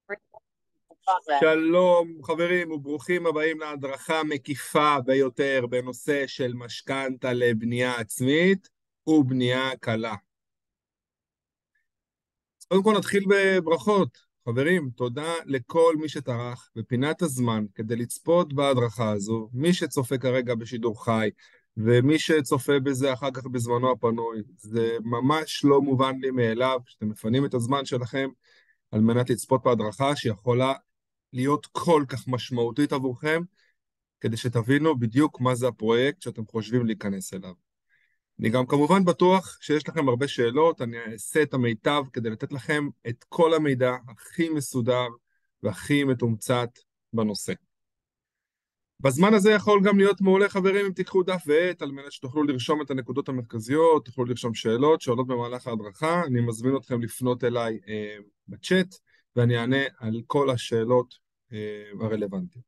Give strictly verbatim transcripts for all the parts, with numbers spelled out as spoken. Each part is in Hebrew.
שלום חברים וברוכים הבאים להדרכה מקיפה ביותר בנושא של משכנתה לבנייה עצמית ובנייה קלה. קודם כל נתחיל בברכות. חברים, תודה לכל מי שטרח בפינת הזמן כדי לצפות בהדרכה הזו, מי שצופה כרגע בשידור חי ומי שצופה בזה אחר כך בזמנו הפנוי. זה ממש לא מובן לי מאליו שאתם מפנים את הזמן שלכם על מנת לצפות בהדרכה שיכולה להיות כל כך משמעותית עבורכם, כדי שתבינו בדיוק מה זה הפרויקט שאתם חושבים להיכנס אליו. אני גם כמובן בטוח שיש לכם הרבה שאלות, אני אעשה את המיטב כדי לתת לכם את כל המידע הכי מסודר והכי מתומצת בנושא. בזמן הזה יכול גם להיות מעולה חברים אם תיקחו דף ועט, על מנת שתוכלו לרשום את הנקודות המרכזיות, תוכלו לרשום שאלות שעולות במהלך ההדרכה. אני מזמין אתכם לפנות אליי אה, בצ'אט, ואני אענה על כל השאלות אה, הרלוונטיות.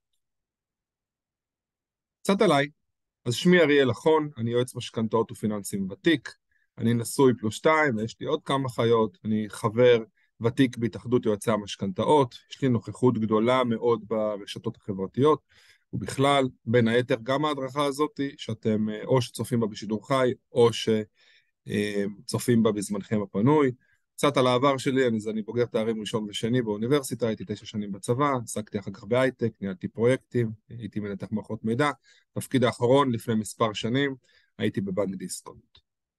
קצת עליי, אז שמי אריאל לחון, אני יועץ משכנתאות ופיננסים ותיק, אני נשוי פלוס שתיים, ויש לי עוד כמה חיות, אני חבר ותיק בהתאחדות יועצי המשכנתאות, יש לי נוכחות גדולה מאוד ברשתות החברתיות, ובכלל, בין היתר, גם ההדרכה הזאת, שאתם או שצופים בה בשידור חי, או שצופים בה בזמנכם הפנוי. קצת על העבר שלי, אני, אני בוגר תארים ראשון ושני באוניברסיטה, הייתי תשע שנים בצבא, עסקתי אחר כך בהייטק, ניהלתי פרויקטים, הייתי מנתח מערכות מידע. תפקיד האחרון, לפני מספר שנים, הייתי בבנק דיסקונט.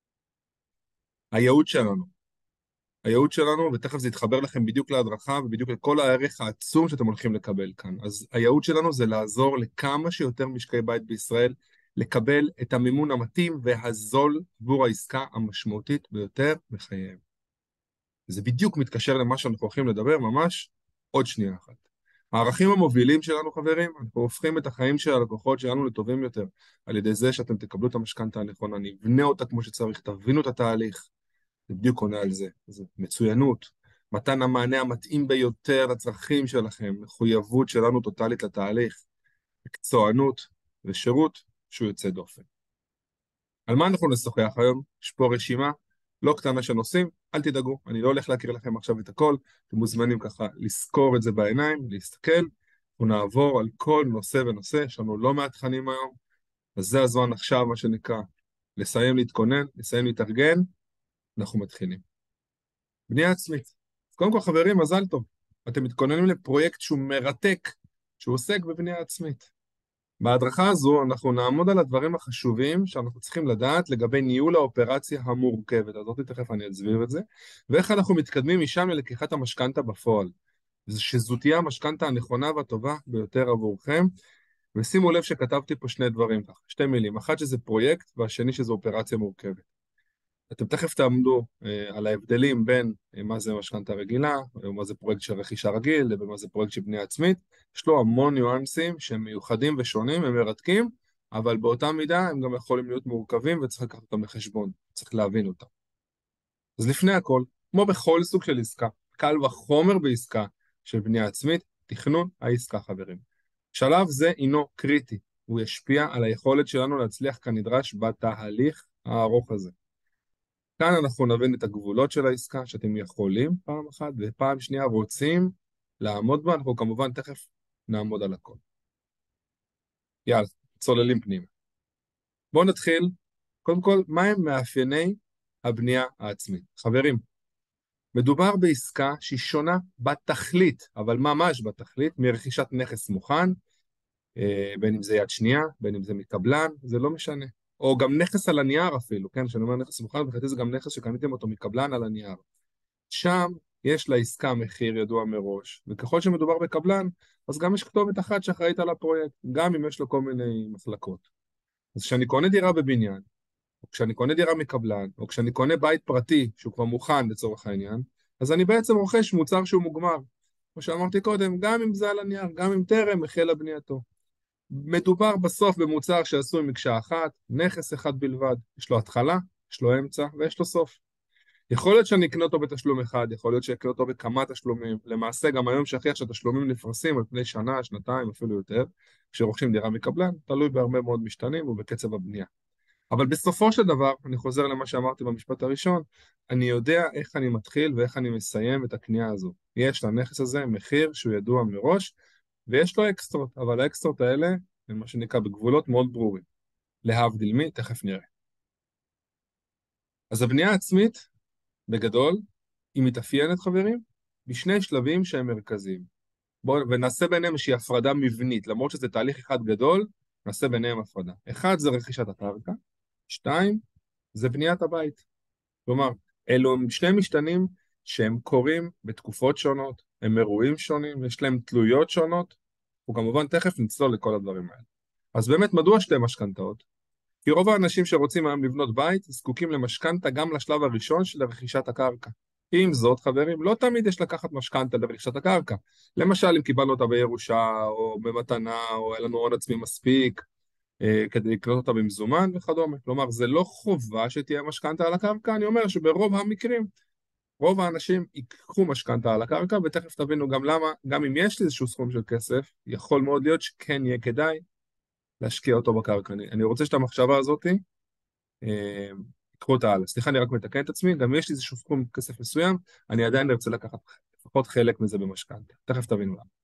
הייעוד שלנו, הייעוד שלנו, ותכף זה יתחבר לכם בדיוק להדרכה, ובדיוק לכל הערך העצום שאתם הולכים לקבל כאן. אז הייעוד שלנו זה לעזור לכמה שיותר משקי בית בישראל, לקבל את המימון המתאים והזול עבור העסקה המשמעותית ביותר בחייהם. זה בדיוק מתקשר למה שאנחנו הולכים לדבר ממש עוד שנייה אחת. הערכים המובילים שלנו, חברים, אנחנו הופכים את החיים של הלקוחות שלנו לטובים יותר, על ידי זה שאתם תקבלו את המשכנתה הנכונה, נבנה אותה כמו שצריך, תבינו את התהליך. זה בדיוק עונה על זה. זה מצוינות, מתן המענה המתאים ביותר לצרכים שלכם, מחויבות שלנו טוטלית לתהליך, מקצוענות ושירות שהוא יוצא דופן. על מה אנחנו נשוחח היום? יש פה רשימה לא קטנה שנושאים, אל תדאגו, אני לא הולך להכיר לכם עכשיו את הכל, אתם מוזמנים ככה לזכור את זה בעיניים, להסתכל, ונעבור על כל נושא ונושא, יש לנו לא מעט תכנים היום, אז זה הזמן עכשיו, מה שנקרא, לסיים להתכונן, לסיים להתארגן, אנחנו מתחילים. בנייה עצמית. אז קודם כל חברים, מזל טוב, אתם מתכוננים לפרויקט שהוא מרתק, שהוא עוסק בבנייה עצמית. בהדרכה הזו אנחנו נעמוד על הדברים החשובים שאנחנו צריכים לדעת לגבי ניהול האופרציה המורכבת, הזאת תכף אני אסביר את זה, ואיך אנחנו מתקדמים משם ללקיחת המשכנתה בפועל, שזו תהיה המשכנתה הנכונה והטובה ביותר עבורכם, ושימו לב שכתבתי פה שני דברים ככה, שתי מילים, אחת שזה פרויקט והשני שזו אופרציה מורכבת. אתם תכף תעמדו אה, על ההבדלים בין אה, מה זה משכנתה רגילה, או מה זה פרויקט של רכישה רגיל, ומה זה פרויקט של בנייה עצמית. יש לו המון ניואנסים שהם מיוחדים ושונים, הם מרתקים, אבל באותה מידה הם גם יכולים להיות מורכבים וצריך לקחת אותם בחשבון, צריך להבין אותם. אז לפני הכל, כמו בכל סוג של עסקה, קל וחומר בעסקה של בנייה עצמית, תכנון העסקה חברים. שלב זה אינו קריטי, הוא ישפיע על היכולת שלנו להצליח כנדרש בתהליך הארוך הזה. כאן אנחנו נבין את הגבולות של העסקה, שאתם יכולים פעם אחת, ופעם שנייה רוצים לעמוד בה, אנחנו כמובן תכף נעמוד על הכל. יאללה, צוללים פנימה. בואו נתחיל, קודם כל, מה הם מאפייני הבנייה העצמית? חברים, מדובר בעסקה שהיא שונה בתכלית, אבל ממש בתכלית, מרכישת נכס מוכן, בין אם זה יד שנייה, בין אם זה מקבלן, זה לא משנה. או גם נכס על הנייר אפילו, כן? כשאני אומר נכס מוכן, בחצי זה גם נכס שקניתם אותו מקבלן על הנייר. שם יש לעסקה מחיר ידוע מראש, וככל שמדובר בקבלן, אז גם יש כתובת אחת שאחראית על הפרויקט, גם אם יש לו כל מיני מחלקות. אז כשאני קונה דירה בבניין, או כשאני קונה דירה מקבלן, או כשאני קונה בית פרטי שהוא כבר מוכן לצורך העניין, אז אני בעצם רוכש מוצר שהוא מוגמר. כמו שאמרתי קודם, גם אם זה על הנייר, גם אם טרם החלה בנייתו. מדובר בסוף במוצר שעשוי מקשה אחת, נכס אחד בלבד, יש לו התחלה, יש לו אמצע ויש לו סוף. יכול להיות שאני אקנה אותו בתשלום אחד, יכול להיות שאקנה אותו בכמה תשלומים, למעשה גם היום שכיח שהתשלומים נפרסים על פני שנה, שנתיים, אפילו יותר, כשרוכשים דירה מקבלן, תלוי בהרבה מאוד משתנים ובקצב הבנייה. אבל בסופו של דבר, אני חוזר למה שאמרתי במשפט הראשון, אני יודע איך אני מתחיל ואיך אני מסיים את הקנייה הזו. יש לנכס הזה מחיר שהוא ידוע מראש, ויש לו אקסטרות, אבל האקסטרות האלה הם מה שנקרא בגבולות מאוד ברורים. להבדיל מי, תכף נראה. אז הבנייה העצמית, בגדול, היא מתאפיינת, חברים, בשני שלבים שהם מרכזיים. בואו ונעשה ביניהם איזושהי הפרדה מבנית, למרות שזה תהליך אחד גדול, נעשה ביניהם הפרדה. אחד זה רכישת הקרקע, שתיים זה בניית הבית. כלומר, אלו הם שני משתנים שהם קורים בתקופות שונות, הם אירועים שונים, יש להם תלויות שונות, וכמובן תכף נצלול לכל הדברים האלה. אז באמת, מדוע שתי משכנתאות? כי רוב האנשים שרוצים היום לבנות בית, זקוקים למשכנתה גם לשלב הראשון של רכישת הקרקע. עם זאת, חברים, לא תמיד יש לקחת משכנתה לרכישת הקרקע. למשל, אם קיבלנו אותה בירושה, או במתנה, או אין לנו הון עצמי מספיק, אה, כדי לקנות אותה במזומן וכדומה. כלומר, זה לא חובה שתהיה משכנתה על הקרקע, אני אומר שברוב המקרים, רוב האנשים ייקחו משכנתה על הקרקע, ותכף תבינו גם למה, גם אם יש לי איזשהו סכום של כסף, יכול מאוד להיות שכן יהיה כדאי להשקיע אותו בקרקע. אני, אני רוצה שאת המחשבה הזאת, אה, קחו אותה הלאה. סליחה, אני רק מתקן את עצמי, גם יש לי איזשהו סכום כסף מסוים, אני עדיין ארצה לקחת לפחות חלק מזה במשכנתה. תכף תבינו למה.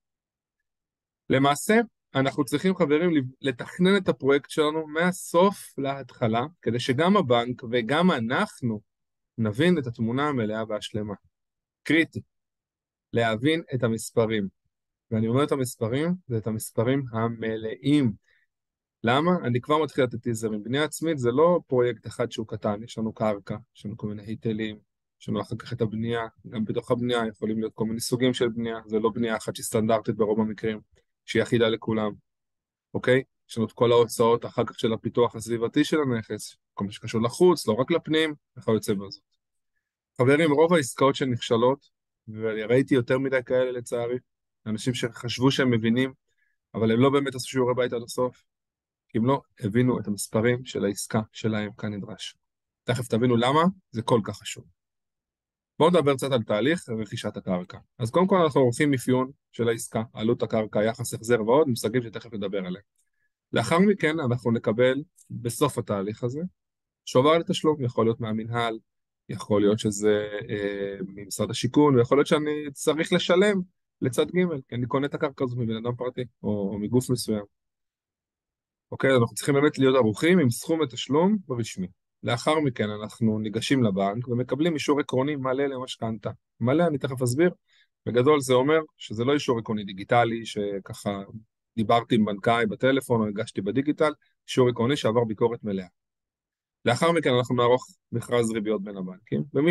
למעשה, אנחנו צריכים, חברים, לתכנן את הפרויקט שלנו מהסוף להתחלה, כדי שגם הבנק וגם אנחנו נבין את התמונה המלאה והשלמה. קריטי, להבין את המספרים. ואני אומר את המספרים, זה את המספרים המלאים. למה? אני כבר מתחיל לתת טיזרים. בנייה עצמית זה לא פרויקט אחד שהוא קטן, יש לנו קרקע, יש לנו כל מיני היטלים, יש לנו אחר כך את הבנייה, גם בתוך הבנייה יכולים להיות כל מיני סוגים של בנייה, זה לא בנייה אחת שהיא סטנדרטית ברוב המקרים, שהיא אחידה לכולם, אוקיי? יש לנו את כל ההוצאות אחר כך של הפיתוח הסביבתי של הנכס, כל מה שקשור לחוץ, לא רק לפנים, איך יוצא בזאת. חברים, רוב העסקאות שנכשלות, וראיתי יותר מדי כאלה לצערי, אנשים שחשבו שהם מבינים, אבל הם לא באמת עשו שיעורי בית עד הסוף, כי הם לא הבינו את המספרים של העסקה שלהם כאן נדרש. תכף תבינו למה זה כל כך חשוב. בואו נדבר קצת על תהליך רכישת הקרקע. אז קודם כל אנחנו עושים אפיון של העסקה, עלות הקרקע, יחס החזר ועוד, מושגים שתכף נדבר עליהם. לאחר מכן אנחנו נקבל בסוף התהליך הזה שובר לתשלום, יכול להיות מהמנהל, יכול להיות שזה אה, ממשרד השיכון, ויכול להיות שאני צריך לשלם לצד ג', כי אני קונה את הקרקע הזו מבן אדם פרטי, או, או מגוף מסוים. אוקיי, אנחנו צריכים באמת להיות ערוכים עם סכום התשלום ברשמי. לאחר מכן אנחנו ניגשים לבנק ומקבלים אישור עקרוני מלא למשכנתה. מלא, אני תכף אסביר. בגדול זה אומר שזה לא אישור עקרוני דיגיטלי, שככה דיברתי עם בנקאי בטלפון או הגשתי בדיגיטל, אישור עקרוני שעבר ביקורת מלאה. לאחר מכן אנחנו נערוך מכרז ריביות בין הבנקים, ומי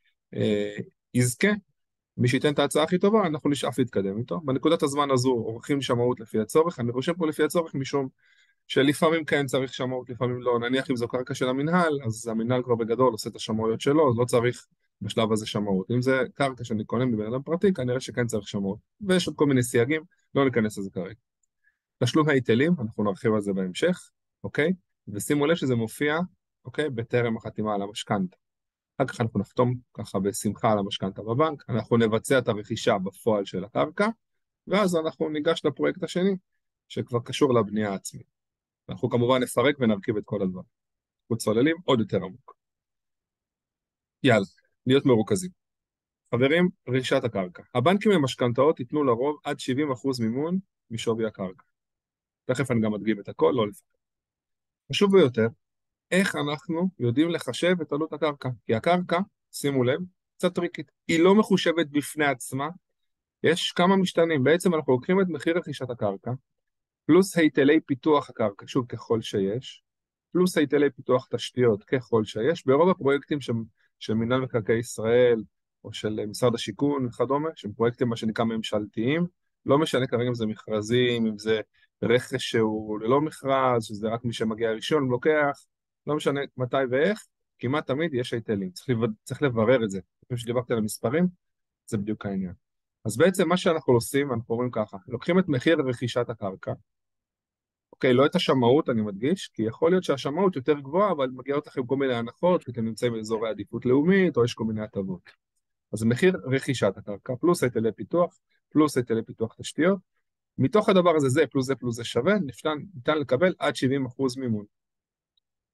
שיזכה, מי שייתן את ההצעה הכי טובה, אנחנו נשאף להתקדם איתו. בנקודת הזמן הזו עורכים שמאות לפי הצורך, אני רושם פה לפי הצורך משום שלפעמים כן צריך שמאות, לפעמים לא. נניח אם זו קרקע של המנהל, אז המנהל כבר בגדול עושה את השמאויות שלו, אז לא צריך בשלב הזה שמאות. אם זה קרקע שאני קונה מבן אדם פרטי, כנראה שכן צריך שמאות. ויש עוד כל מיני סייגים, לא ניכנס לזה כרגע. תשלום ההיטלים, אנחנו נרחיב על זה בהמשך, אוקיי? ושימו לב שזה מופיע, אוקיי? בטרם החתימה על המשכנתה. אחר כך אנחנו נחתום ככה בשמחה על המשכנתה בבנק, אנחנו נבצע את הרכישה בפועל של הקרקע, ואז אנחנו ניגש לפרויקט השני, שכבר קשור לבנייה העצמית. אנחנו כמובן נפרק ונרכיב את כל הדברים. אנחנו צוללים עוד יותר עמוק. יאללה, להיות מרוכזים. חברים, רכישת הקרקע. הבנקים למשכנתאות ייתנו לרוב עד שבעים אחוז מימון משווי הקרקע. תכף אני גם אדגים את הכל, לא לפרק. חשוב ביותר, איך אנחנו יודעים לחשב את עלות הקרקע? כי הקרקע, שימו לב, קצת טריקית. היא לא מחושבת בפני עצמה, יש כמה משתנים. בעצם אנחנו לוקחים את מחיר רכישת הקרקע, פלוס היטלי פיתוח הקרקע, שוב ככל שיש, פלוס היטלי פיתוח תשתיות ככל שיש, ברוב הפרויקטים של, של מינהל מקרקעי ישראל, או של משרד השיכון וכדומה, שהם פרויקטים מה שנקרא ממשלתיים, לא משנה כרגע אם זה מכרזים, אם זה רכש שהוא ללא מכרז, שזה רק מי שמגיע ראשון, לוקח, לא משנה מתי ואיך, כמעט תמיד יש היטלים, צריך, לב... צריך לברר את זה. לפני שדיברתי על המספרים, זה בדיוק העניין. אז בעצם מה שאנחנו עושים, אנחנו אומרים ככה, לוקחים את מחיר רכישת הקרקע, אוקיי, לא את השמאות, אני מדגיש, כי יכול להיות שהשמאות יותר גבוהה, אבל מגיעות לכם כל מיני הנחות, כי אתם נמצאים באזורי עדיפות לאומית, או יש כל מיני הטבות. אז מחיר רכישת הקרקע, פלוס היטלי פיתוח, פלוס היטלי פיתוח תשתיות, מתוך הדבר הזה, זה פלוס זה פלוס זה שווה, ניתן, ניתן לקבל עד שבעים אחוז מימון.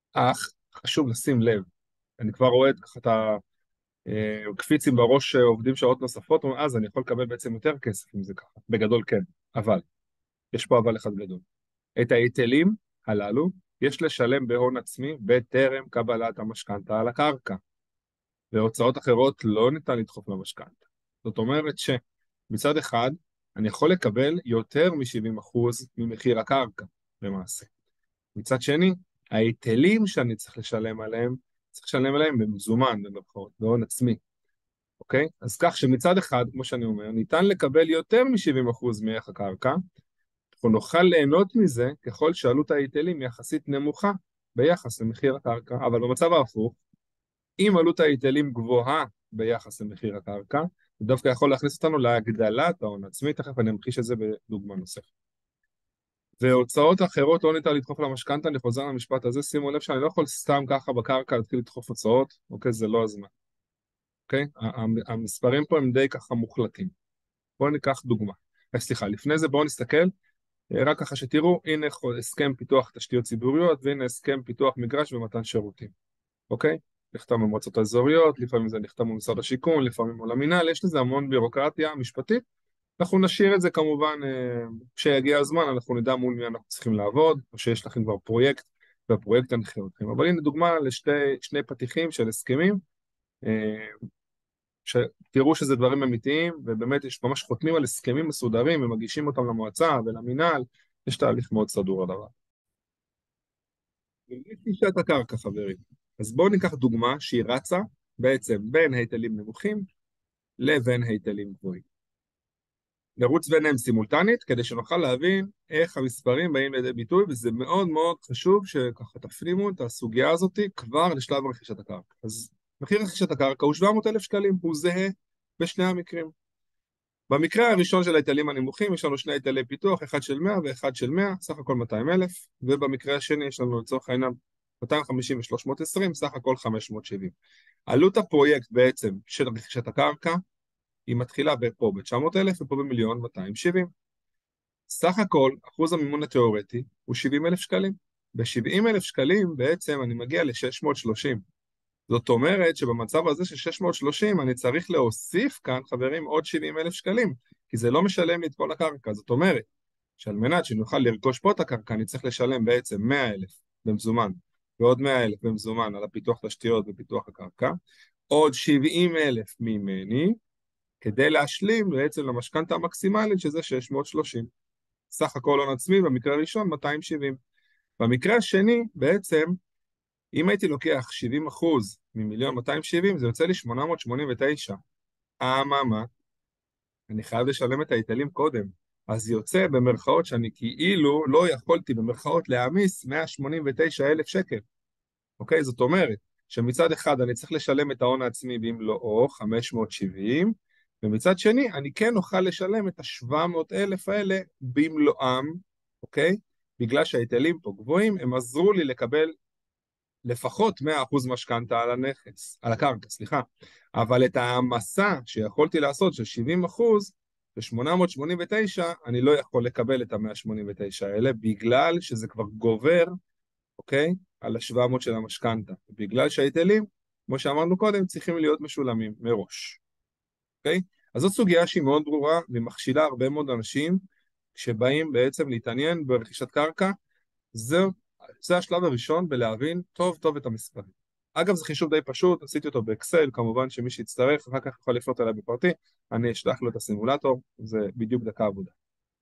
אך חשוב לשים לב, אני כבר רואה את ככה את הקפיצים בראש שעובדים שעות נוספות, אז אני יכול לקבל בעצם יותר כסף אם זה ככה, בגדול כן, אבל, יש פה אבל אחד גדול. את ההיטלים הללו יש לשלם בהון עצמי בטרם קבלת המשכנתה על הקרקע, והוצאות אחרות לא ניתן לדחוף למשכנתה. זאת אומרת שמצד אחד אני יכול לקבל יותר מ-שבעים אחוז ממחיר הקרקע למעשה. מצד שני, ההיטלים שאני צריך לשלם עליהם, צריך לשלם עליהם במזומן, במרכאות, בהון עצמי. אוקיי? אז כך שמצד אחד, כמו שאני אומר, ניתן לקבל יותר מ-שבעים אחוז מערך הקרקע, אנחנו נוכל ליהנות מזה ככל שעלות ההיטלים יחסית נמוכה ביחס למחיר הקרקע, אבל במצב ההפוך, אם עלות ההיטלים גבוהה ביחס למחיר הקרקע, זה דווקא יכול להכניס אותנו להגדלת ההון עצמי, תכף אני אמחיש את זה בדוגמה נוספת. והוצאות אחרות לא ניתן לדחוף למשכנתה, אני חוזר למשפט הזה, שימו לב שאני לא יכול סתם ככה בקרקע להתחיל לדחוף הוצאות, אוקיי? זה לא הזמן. אוקיי? המספרים פה הם די ככה מוחלטים. בואו ניקח דוגמה. סליחה, לפני זה בואו נסתכל, רק ככה שתראו, הנה הסכם פיתוח תשתיות ציבוריות, והנה הסכם פיתוח מגרש ומתן שירותים. אוקיי? נחתם במועצות האזוריות, לפעמים זה נחתם במשרד השיכון, לפעמים מול המינהל, יש לזה המון בירוקרטיה משפטית, אנחנו נשאיר את זה כמובן, כשיגיע הזמן אנחנו נדע מול מי אנחנו צריכים לעבוד, או שיש לכם כבר פרויקט, והפרויקט ינחה אתכם. אבל הנה דוגמה לשני פתיחים של הסכמים, שתראו שזה דברים אמיתיים, ובאמת יש ממש חותמים על הסכמים מסודרים, ומגישים אותם למועצה ולמינהל, יש תהליך מאוד סדור הדבר. גישת הקרקע, חברים. אז בואו ניקח דוגמה שהיא רצה בעצם בין היטלים נמוכים לבין היטלים גבוהים. נרוץ ביניהם סימולטנית, כדי שנוכל להבין איך המספרים באים לידי ביטוי, וזה מאוד מאוד חשוב שככה תפנימו את הסוגיה הזאת כבר לשלב רכישת הקרקע. אז מחיר רכישת הקרקע הוא שבע מאות אלף שקלים, הוא זהה בשני המקרים. במקרה הראשון של ההיטלים הנמוכים יש לנו שני היטלי פיתוח, אחד של מאה ואחד של מאה, סך הכל מאתיים אלף, ובמקרה השני יש לנו לצורך העניין מאתיים וחמישים ו-שלוש מאות ועשרים, סך הכל חמש מאות שבעים. עלות הפרויקט בעצם של רכישת הקרקע היא מתחילה פה ב-תשע מאות אלף ופה במיליון מאתיים שבעים. סך הכל, אחוז המימון התיאורטי הוא שבעים אלף שקלים. ב-שבעים אלף שקלים בעצם אני מגיע ל-שש מאות ושלושים. זאת אומרת שבמצב הזה של שש מאות ושלושים אני צריך להוסיף כאן, חברים, עוד שבעים אלף שקלים, כי זה לא משלם לי את כל הקרקע. זאת אומרת שעל מנת שנוכל לרכוש פה את הקרקע, אני צריך לשלם בעצם מאה אלף במזומן, ועוד מאה אלף במזומן על הפיתוח תשתיות ופיתוח הקרקע, עוד שבעים אלף ממני, כדי להשלים בעצם למשכנתה המקסימלית, שזה שש מאות ושלושים. סך הכל הון עצמי במקרה הראשון מאתיים שבעים. במקרה השני, בעצם, אם הייתי לוקח שבעים אחוז ממיליון מאתיים שבעים, זה יוצא לי שמונה מאות שמונים ותשע. אממה, אני חייב לשלם את ההיטלים קודם. אז יוצא במרכאות שאני כאילו לא יכולתי במרכאות להעמיס מאה שמונים ותשע אלף שקל. אוקיי? זאת אומרת שמצד אחד אני צריך לשלם את ההון העצמי במלואו, חמש מאות שבעים, ומצד שני אני כן אוכל לשלם את ה-שבע מאות אלף האלה במלואם, אוקיי? בגלל שההיטלים פה גבוהים, הם עזרו לי לקבל לפחות מאה אחוז משכנתה על הנכס, על הקרקע, סליחה. אבל את המסע שיכולתי לעשות של שבעים אחוז, ב-שמונה מאות שמונים ותשע, אני לא יכול לקבל את ה-מאה שמונים ותשע האלה, בגלל שזה כבר גובר, אוקיי? על ה-שבע מאות של המשכנתה. בגלל שההיטלים, כמו שאמרנו קודם, צריכים להיות משולמים מראש. אוקיי? אז זאת סוגיה שהיא מאוד ברורה, ומכשילה הרבה מאוד אנשים, שבאים בעצם להתעניין ברכישת קרקע. זהו, זה השלב הראשון בלהבין טוב טוב את המספרים. אגב, זה חישוב די פשוט, עשיתי אותו באקסל, כמובן שמי שיצטרך, אחר כך יכול לפנות עליי בפרטי, אני אשלח לו את הסימולטור, זה בדיוק דקה עבודה.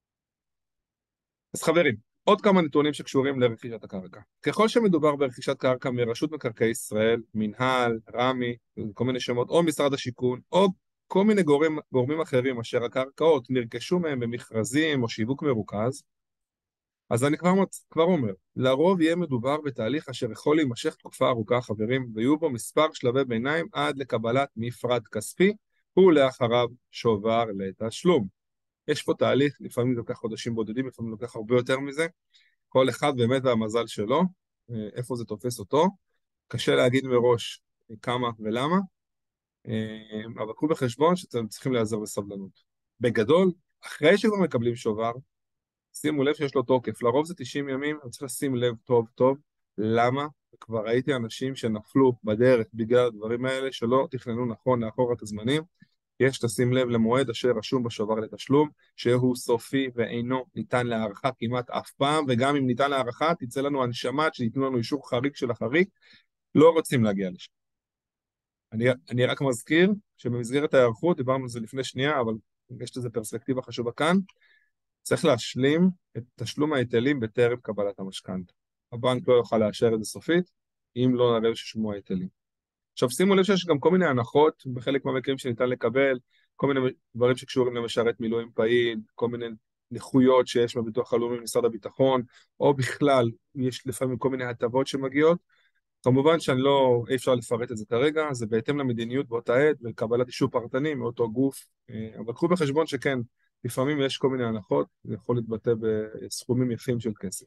אז חברים, עוד כמה נתונים שקשורים לרכישת הקרקע. ככל שמדובר ברכישת קרקע מרשות מקרקעי ישראל, מנהל, רמי, כל מיני שמות, או משרד השיכון, או כל מיני גורמים, גורמים אחרים אשר הקרקעות נרכשו מהם במכרזים או שיווק מרוכז, אז אני כבר, כבר אומר, לרוב יהיה מדובר בתהליך אשר יכול להימשך תקופה ארוכה, חברים, ויהיו בו מספר שלבי ביניים עד לקבלת מפרט כספי, ולאחריו שובר לתשלום. יש פה תהליך, לפעמים לוקח חודשים בודדים, לפעמים לוקח הרבה יותר מזה, כל אחד באמת והמזל שלו, איפה זה תופס אותו, קשה להגיד מראש כמה ולמה, אבל קחו בחשבון שאתם צריכים להיעזר בסבלנות. בגדול, אחרי שכבר מקבלים שובר, שימו לב שיש לו תוקף, לרוב זה תשעים ימים, אני צריך לשים לב טוב טוב, למה? כבר ראיתי אנשים שנפלו בדרך בגלל הדברים האלה, שלא תכננו נכון לאחור את הזמנים. יש לשים לב למועד אשר רשום בשובר לתשלום, שהוא סופי ואינו ניתן להערכה כמעט אף פעם, וגם אם ניתן להערכה, תצא לנו הנשמה שייתנו לנו אישור חריג של החריג, לא רוצים להגיע לשם. אני, אני רק מזכיר שבמסגרת ההיערכות, דיברנו על זה לפני שנייה, אבל יש לזה פרספקטיבה חשובה כאן, צריך להשלים את תשלום ההיטלים בטרם קבלת המשכנתא. הבנק לא יוכל לאשר את זה סופית, אם לא נראה ששולמו ההיטלים. עכשיו שימו לב שיש גם כל מיני הנחות בחלק מהמקרים שניתן לקבל, כל מיני דברים שקשורים למשרת מילואים פעיל, כל מיני נכויות שיש בביטוח הלאומי במשרד הביטחון, או בכלל יש לפעמים כל מיני הטבות שמגיעות. כמובן שאני לא, אי אפשר לפרט את זה כרגע, זה בהתאם למדיניות באותה עת ולקבלת אישור פרטני מאותו גוף, אבל קחו בחשבון שכן, לפעמים יש כל מיני הנחות, זה יכול להתבטא בסכומים יפים של כסף.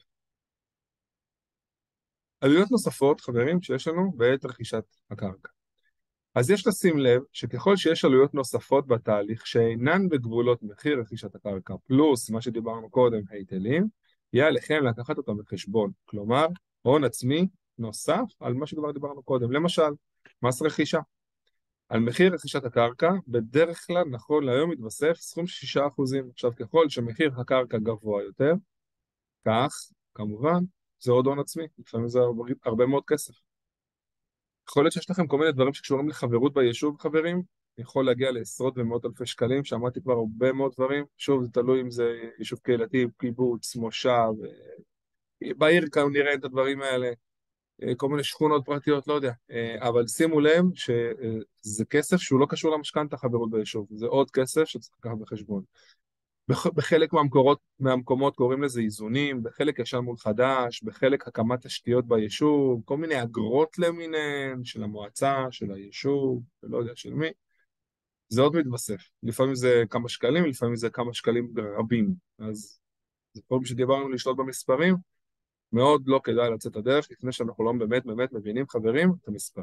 עלויות נוספות, חברים, שיש לנו בעת רכישת הקרקע. אז יש לשים לב שככל שיש עלויות נוספות בתהליך שאינן בגבולות מחיר רכישת הקרקע, פלוס מה שדיברנו קודם, היטלים, יהיה עליכם לקחת אותם בחשבון. כלומר, הון עצמי נוסף על מה שכבר דיברנו קודם. למשל, מס רכישה. על מחיר רכישת הקרקע, בדרך כלל נכון להיום מתווסף סכום של שישה אחוזים. עכשיו, ככל שמחיר הקרקע גבוה יותר, כך, כמובן, זה עוד הון עצמי. לפעמים זה הרבה, הרבה מאוד כסף. יכול להיות שיש לכם כל מיני דברים שקשורים לחברות ביישוב, חברים, יכול להגיע לעשרות ומאות אלפי שקלים, שמעתי כבר הרבה מאוד דברים, שוב, זה תלוי אם זה יישוב קהילתי, קיבוץ, מושב, בעיר כאן נראה את הדברים האלה, כל מיני שכונות פרטיות, לא יודע, אבל שימו לב שזה כסף שהוא לא קשור למשכנתא חברות ביישוב, זה עוד כסף שצריך לקחת בחשבון. בחלק מהמקורות, מהמקומות קוראים לזה איזונים, בחלק ישן מול חדש, בחלק הקמת תשתיות ביישוב, כל מיני אגרות למיניהן של המועצה, של היישוב, ולא יודע של מי, זה עוד מתווסף. לפעמים זה כמה שקלים, לפעמים זה כמה שקלים רבים. אז זה פעם שדיברנו לשלוט במספרים, מאוד לא כדאי לצאת הדרך, לפני שאנחנו לא באמת באמת מבינים, חברים, את המספר.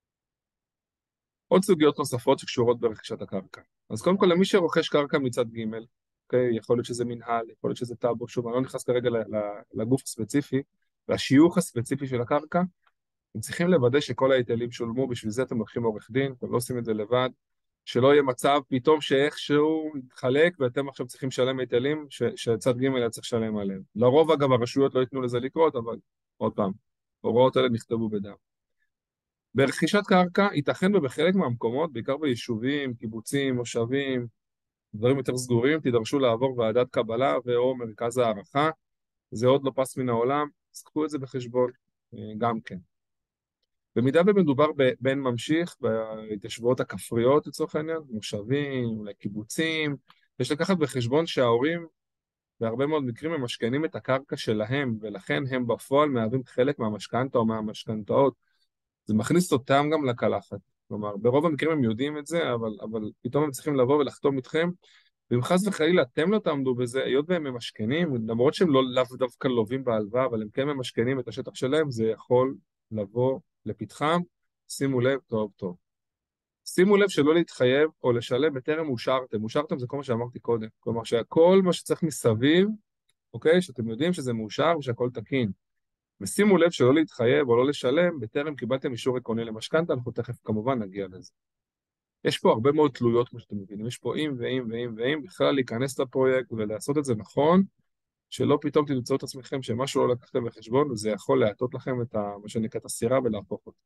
עוד סוגיות נוספות שקשורות ברכישת הקרקע. אז קודם כל, למי שרוכש קרקע מצד ג', אוקיי, יכול להיות שזה מנהל, יכול להיות שזה טאבו, שוב, אני לא נכנס כרגע לגוף הספציפי, והשיוך הספציפי של הקרקע, הם צריכים לוודא שכל ההיטלים שולמו, בשביל זה אתם לוקחים עורך דין, אתם לא עושים את זה לבד, שלא יהיה מצב פתאום שאיכשהו יתחלק, ואתם עכשיו צריכים לשלם היטלים, שצד ג' היה צריך לשלם עליהם. לרוב, אגב, הרשויות לא ייתנו לזה לקרות, אבל עוד פעם, הוראות האלה נכתבו בדם. ברכישת קרקע, ייתכן ובחלק מהמקומות, בעיקר ביישובים, קיבוצים, מושבים, דברים יותר סגורים, תידרשו לעבור ועדת קבלה ואו מרכז הערכה, זה עוד לא פס מן העולם, אז קחו את זה בחשבון גם כן. במידה ומדובר בבן ממשיך, בהתיישבויות הכפריות לצורך העניין, מושבים, אולי קיבוצים, יש לקחת בחשבון שההורים, בהרבה מאוד מקרים הם משכנים את הקרקע שלהם, ולכן הם בפועל מהווים חלק מהמשכנתא או מהמשכנתאות, זה מכניס אותם גם לקלחת. כלומר, ברוב המקרים הם יודעים את זה, אבל, אבל פתאום הם צריכים לבוא ולחתום איתכם, ואם חס וחלילה אתם לא תעמדו בזה, היות והם ממשכנים, למרות שהם לא לאו דווקא לובים בהלוואה, אבל הם כן ממשכנים את השטח שלהם, זה יכול לבוא לפתחם, שימו לב טוב טוב. שימו לב שלא להתחייב או לשלם בטרם אושרתם. אושרתם זה כל מה שאמרתי קודם. כלומר שכל מה שצריך מסביב, אוקיי, שאתם יודעים שזה מאושר ושהכל תקין. ושימו לב שלא להתחייב או לא לשלם, בטרם קיבלתם אישור עקרוני למשכנתא, אנחנו תכף כמובן נגיע לזה. יש פה הרבה מאוד תלויות, כמו שאתם מבינים, יש פה אם ואם ואם ואם, בכלל להיכנס לפרויקט ולעשות את זה נכון, שלא פתאום תמצאו את עצמכם שמשהו לא לקחתם בחשבון, וזה יכול להטות לכם את ה, מה שנקרא את הסירה ולהפוך אותה.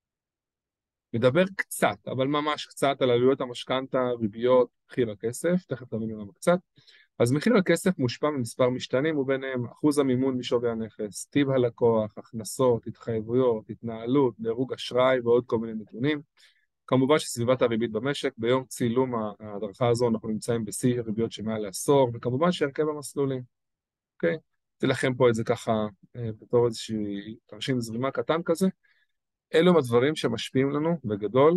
נדבר קצת, אבל ממש קצת, על עלויות המשכנתא, ריביות, מחיר הכסף, תכף תבינו למה קצת. אז מחיר הכסף מושפע ממספר משתנים, וביניהם אחוז המימון משווי הנכס, טיב הלקוח, הכנסות, התחייבויות, התנהלות, דירוג אשראי ועוד כל מיני נתונים. כמובן שסביבת הריבית במשק, ביום צילום ההדרכה הזו אנחנו נמצאים בשיא ריביות שמעל לעשור, וכמובן שהרכב המסלולים. אוקיי? תלכם פה את זה ככה בתור איזושהי תרשים זרימה קטן כזה. אלו הם הדברים שמשפיעים לנו בגדול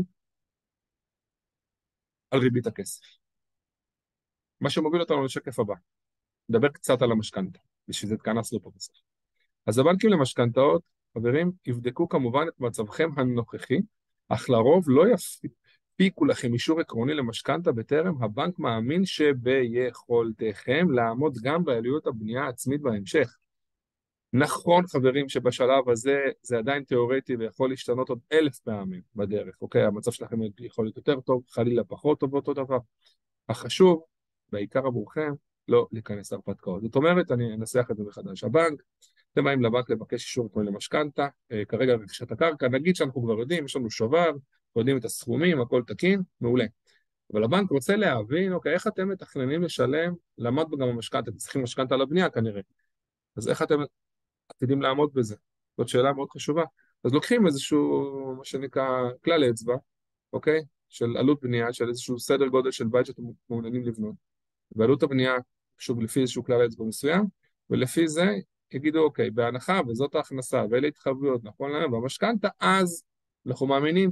על ריבית הכסף. מה שמוביל אותנו לשקף הבא. נדבר קצת על המשכנתא, בשביל זה התכנסנו פה בסוף. אז הבנקים למשכנתאות, חברים, יבדקו כמובן את מצבכם הנוכחי, אך לרוב לא יפיקו לכם אישור עקרוני למשכנתא בטרם הבנק מאמין שביכולתכם לעמוד גם בעלויות הבנייה העצמית בהמשך. נכון, חברים, שבשלב הזה זה עדיין תיאורטי ויכול להשתנות עוד אלף פעמים בדרך, אוקיי? המצב שלכם יכול להיות יותר טוב, חלילה פחות טוב באותו דבר. החשוב, בעיקר עבורכם, לא להיכנס להרפתקאות. זאת אומרת, אני אנסח את זה מחדש. הבנק, אתם באים לבנק לבקש אישור כמו למשכנתה, אה, כרגע רכישת הקרקע, נגיד שאנחנו כבר יודעים, יש לנו שובר, יודעים את הסכומים, הכל תקין, מעולה. אבל הבנק רוצה להבין, אוקיי, איך אתם מתכננים לשלם, לעמוד גם במשכנתה, אתם צריכים משכנתה על הבנייה כנראה. אז איך אתם עתידים לעמוד בזה? זאת שאלה מאוד חשובה. אז לוקחים איזשהו, מה שנקרא, כלל אצבע, אוקיי? של עלות בנייה, של איזשהו סדר גודל של בית שאתם מעוניינים לבנות. ועלות הבנייה, שוב, לפי איזשהו כלל אצבע מסוים, ולפי זה יגידו, אוקיי, בהנחה וזאת ההכנסה, ואלה התחייבויות, נכון להם, והמשכנתה, אז אנחנו מאמינים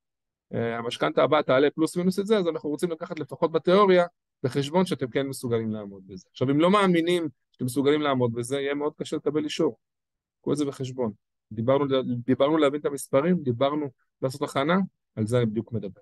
שהמשכנתה הבאה תעלה פלוס מינוס את זה, אז אנחנו רוצים לקחת לפחות בתיאוריה, בחשבון שאתם כן מסוגלים לעמוד בזה. עכשיו, אם לא מאמינים שאתם מסוגלים לעמוד בזה, יהיה מאוד קשה לקבל אישור. קחו את זה בחשבון. דיברנו, דיברנו להבין את המספרים, דיברנו לעשות הכנה, על זה אני בדיוק מדבר.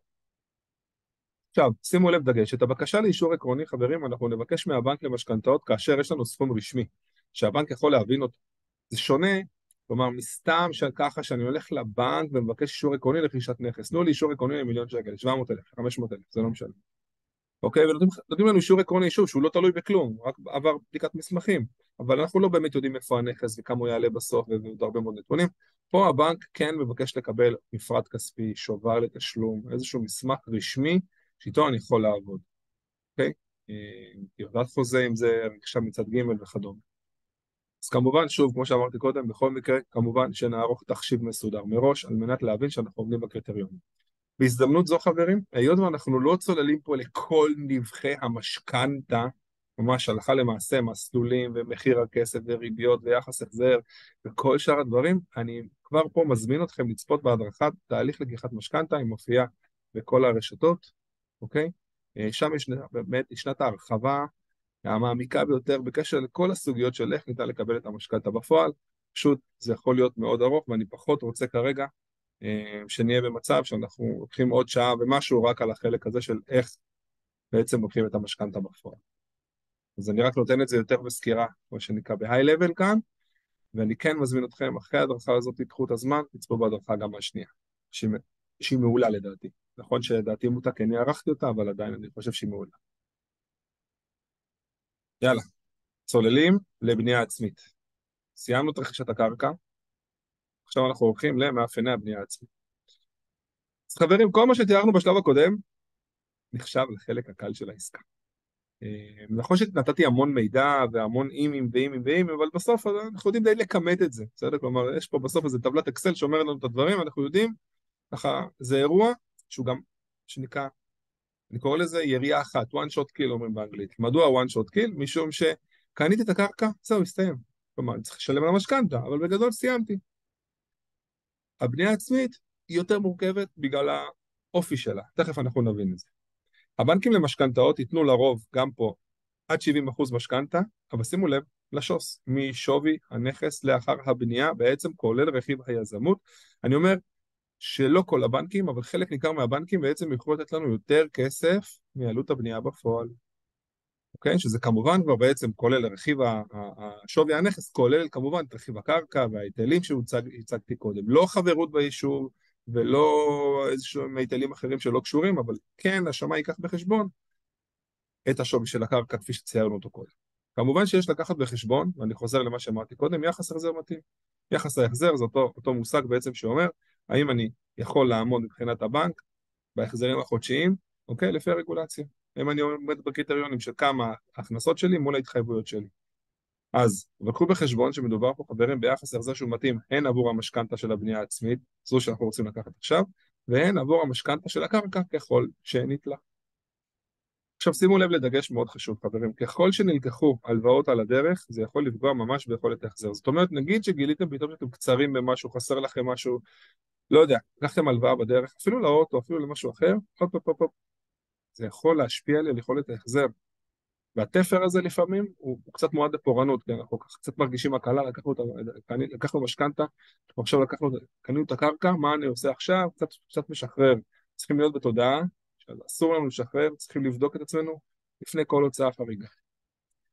עכשיו, שימו לב דגש, את הבקשה לאישור עקרוני, חברים, אנחנו נבקש מהבנק למשכנתאות כאשר יש לנו סכום רשמי, שהבנק יכול להבין אותו. זה שונה, כלומר, מסתם של ככה שאני הולך לבנק ומבקש אישור עקרוני לרכישת נכס. תנו לי אישור עקרוני למיליון שקל, שבע מאות אלף, חמש מאות אלף, זה לא משנה. אוקיי, ונותנים לנו אישור עקרוני, אישור שהוא לא תלוי בכלום, רק עבר בדיקת מסמכים, אבל אנחנו לא באמת יודעים איפה הנכס וכמה הוא יעלה בסוף ועוד הרבה מאוד נתונים. פה הבנק כן מבקש לקבל מפרט כספי, שובר לתשלום, איזשהו מסמך רשמי שאיתו אני יכול לעבוד, אוקיי? יורדת חוזה אם זה רכישה מצד ג' וכדומה. אז כמובן, שוב, כמו שאמרתי קודם, בכל מקרה, כמובן שנערוך תחשיב מסודר מראש, על מנת להבין שאנחנו עומדים בקריטריונים. בהזדמנות זו, חברים, היות ואנחנו לא צוללים פה לכל נבחי המשכנתה, ממש הלכה למעשה, מסלולים ומחיר הכסף וריביות ויחס החזר וכל שאר הדברים, אני כבר פה מזמין אתכם לצפות בהדרכת תהליך לקיחת משכנתה, היא מופיעה בכל הרשתות, אוקיי? שם יש באמת ישנת ההרחבה המעמיקה ביותר בקשר לכל הסוגיות של איך ניתן לקבל את המשכנתה בפועל. פשוט זה יכול להיות מאוד ארוך, ואני פחות רוצה כרגע שנהיה במצב שאנחנו לוקחים עוד שעה ומשהו רק על החלק הזה של איך בעצם לוקחים את המשכנתה בפועל. אז אני רק נותן את זה יותר בסקירה, כמו שנקרא ב-high level כאן, ואני כן מזמין אתכם, אחרי ההדרכה הזאת תיקחו את הזמן, תצפו בהדרכה גם השנייה, שהיא, שהיא מעולה לדעתי. נכון שלדעתי מותה, כי אני ערכתי אותה, אבל עדיין אני חושב שהיא מעולה. יאללה, צוללים לבנייה עצמית. סיימנו את רכישת הקרקע, עכשיו אנחנו הולכים למאפייני הבנייה העצמית. אז חברים, כל מה שתיארנו בשלב הקודם, נחשב לחלק הקל של העסקה. נכון שנתתי המון מידע והמון אימים ואימים ואימים, אבל בסוף אנחנו יודעים די לכמת את זה, בסדר? כלומר, יש פה בסוף איזה טבלת אקסל שאומרת לנו את הדברים, אנחנו יודעים, ככה, זה אירוע שהוא גם, שנקרא, אני קורא לזה ירייה אחת, one shot kill אומרים באנגלית. מדוע one shot kill? משום שקניתי את הקרקע, זהו, הסתיים. כלומר, אני צריך לשלם על המשכנתה, אבל בגדול סיימתי. הבנייה העצמית היא יותר מורכבת בגלל האופי שלה, תכף אנחנו נבין את זה. הבנקים למשכנתאות ייתנו לרוב, גם פה, עד שבעים אחוז משכנתה, אבל שימו לב לשוס, משווי הנכס לאחר הבנייה, בעצם כולל רכיב היזמות. אני אומר שלא כל הבנקים, אבל חלק ניכר מהבנקים בעצם יכולו לתת לנו יותר כסף מעלות הבנייה בפועל. אוקיי? שזה כמובן כבר בעצם כולל רכיב השווי הנכס, כולל כמובן את רכיב הקרקע וההיטלים שהצגתי קודם. לא חברות ביישוב ולא איזשהם היטלים אחרים שלא קשורים, אבל כן, השמאי ייקח בחשבון את השווי של הקרקע כפי שציירנו אותו קודם. כמובן שיש לקחת בחשבון, ואני חוזר למה שאמרתי קודם, יחס החזר מתאים. יחס ההחזר זה אותו, אותו מושג בעצם שאומר, האם אני יכול לעמוד מבחינת הבנק בהחזרים החודשיים, אוקיי, לפי הרגולציה. אם אני עומד בקריטריונים של כמה ההכנסות שלי מול ההתחייבויות שלי. אז, וקחו בחשבון שמדובר פה חברים ביחס החזר שהוא מתאים הן עבור המשכנתה של הבנייה העצמית, זו שאנחנו רוצים לקחת עכשיו, והן עבור המשכנתה של הקרקע ככל שנתלה. עכשיו שימו לב לדגש מאוד חשוב חברים, ככל שנלקחו הלוואות על הדרך, זה יכול לפגוע ממש ביכולת ההחזר. זאת אומרת, נגיד שגיליתם פתאום שאתם קצרים במשהו, חסר לכם משהו, לא יודע, לקחתם הלוואה בדרך, אפילו לאוטו, אפילו למשהו אחר, הופ, הופ, הופ, זה יכול להשפיע לי על יכולת ההחזר. והתפר הזה לפעמים הוא, הוא קצת מועד לפורענות, כי אנחנו קצת מרגישים הקלה, לקחנו, לקחנו משכנתה, עכשיו לקחנו, קנינו את הקרקע, מה אני עושה עכשיו? קצת, קצת משחרר. צריכים להיות בתודעה, אסור לנו לשחרר, צריכים לבדוק את עצמנו לפני כל הוצאה חריגה.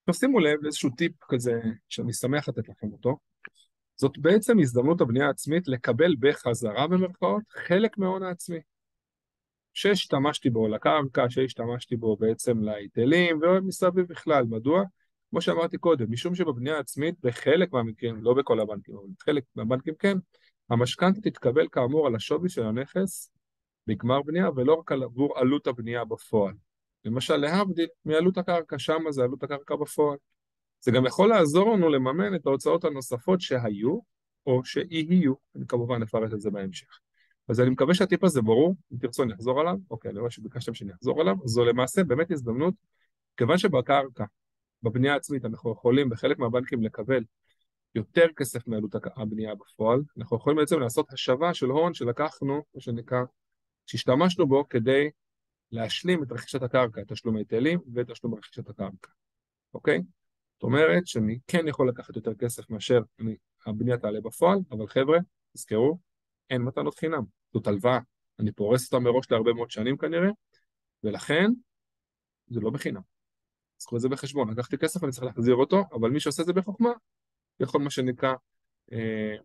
עכשיו שימו לב לאיזשהו טיפ כזה שאני שמח לתת לכם אותו. זאת בעצם הזדמנות הבנייה העצמית לקבל בחזרה במרכאות חלק מההון העצמי. שהשתמשתי בו לקרקע, שהשתמשתי בו בעצם להיטלים ומסביב בכלל. מדוע? כמו שאמרתי קודם, משום שבבנייה העצמית בחלק מהמקרים, לא בכל הבנקים, אבל בחלק מהבנקים כן, המשכנתא תתקבל כאמור על השווי של הנכס בגמר בנייה, ולא רק עבור עלות הבנייה בפועל. למשל, להבדיל מעלות הקרקע, שמה זה עלות הקרקע בפועל. זה גם יכול לעזור לנו לממן את ההוצאות הנוספות שהיו, או שיהיו, אני כמובן אפרט את זה בהמשך. אז אני מקווה שהטיפ הזה ברור, אם תרצו אני אחזור עליו, אוקיי, אני רואה שביקשתם שאני אחזור עליו, זו למעשה באמת הזדמנות, כיוון שבקרקע, בבנייה העצמית, אנחנו יכולים בחלק מהבנקים לקבל יותר כסף מעלות הבנייה בפועל, אנחנו יכולים בעצם לעשות השבה של הון שלקחנו, מה שנקרא, שהשתמשנו בו כדי להשלים את רכישת הקרקע, את תשלום ההיטלים ואת תשלום רכישת הקרקע, אוקיי? זאת אומרת שאני כן יכול לקחת יותר כסף מאשר אני, הבנייה תעלה בפועל, אבל חבר'ה, תזכרו, אין מתנות חינם, זאת הלוואה, אני פורס אותה מראש להרבה מאוד שנים כנראה, ולכן זה לא בחינם. זכו את זה בחשבון, לקחתי כסף, אני צריך להחזיר אותו, אבל מי שעושה את זה בחוכמה, יכול מה שנקרא אה,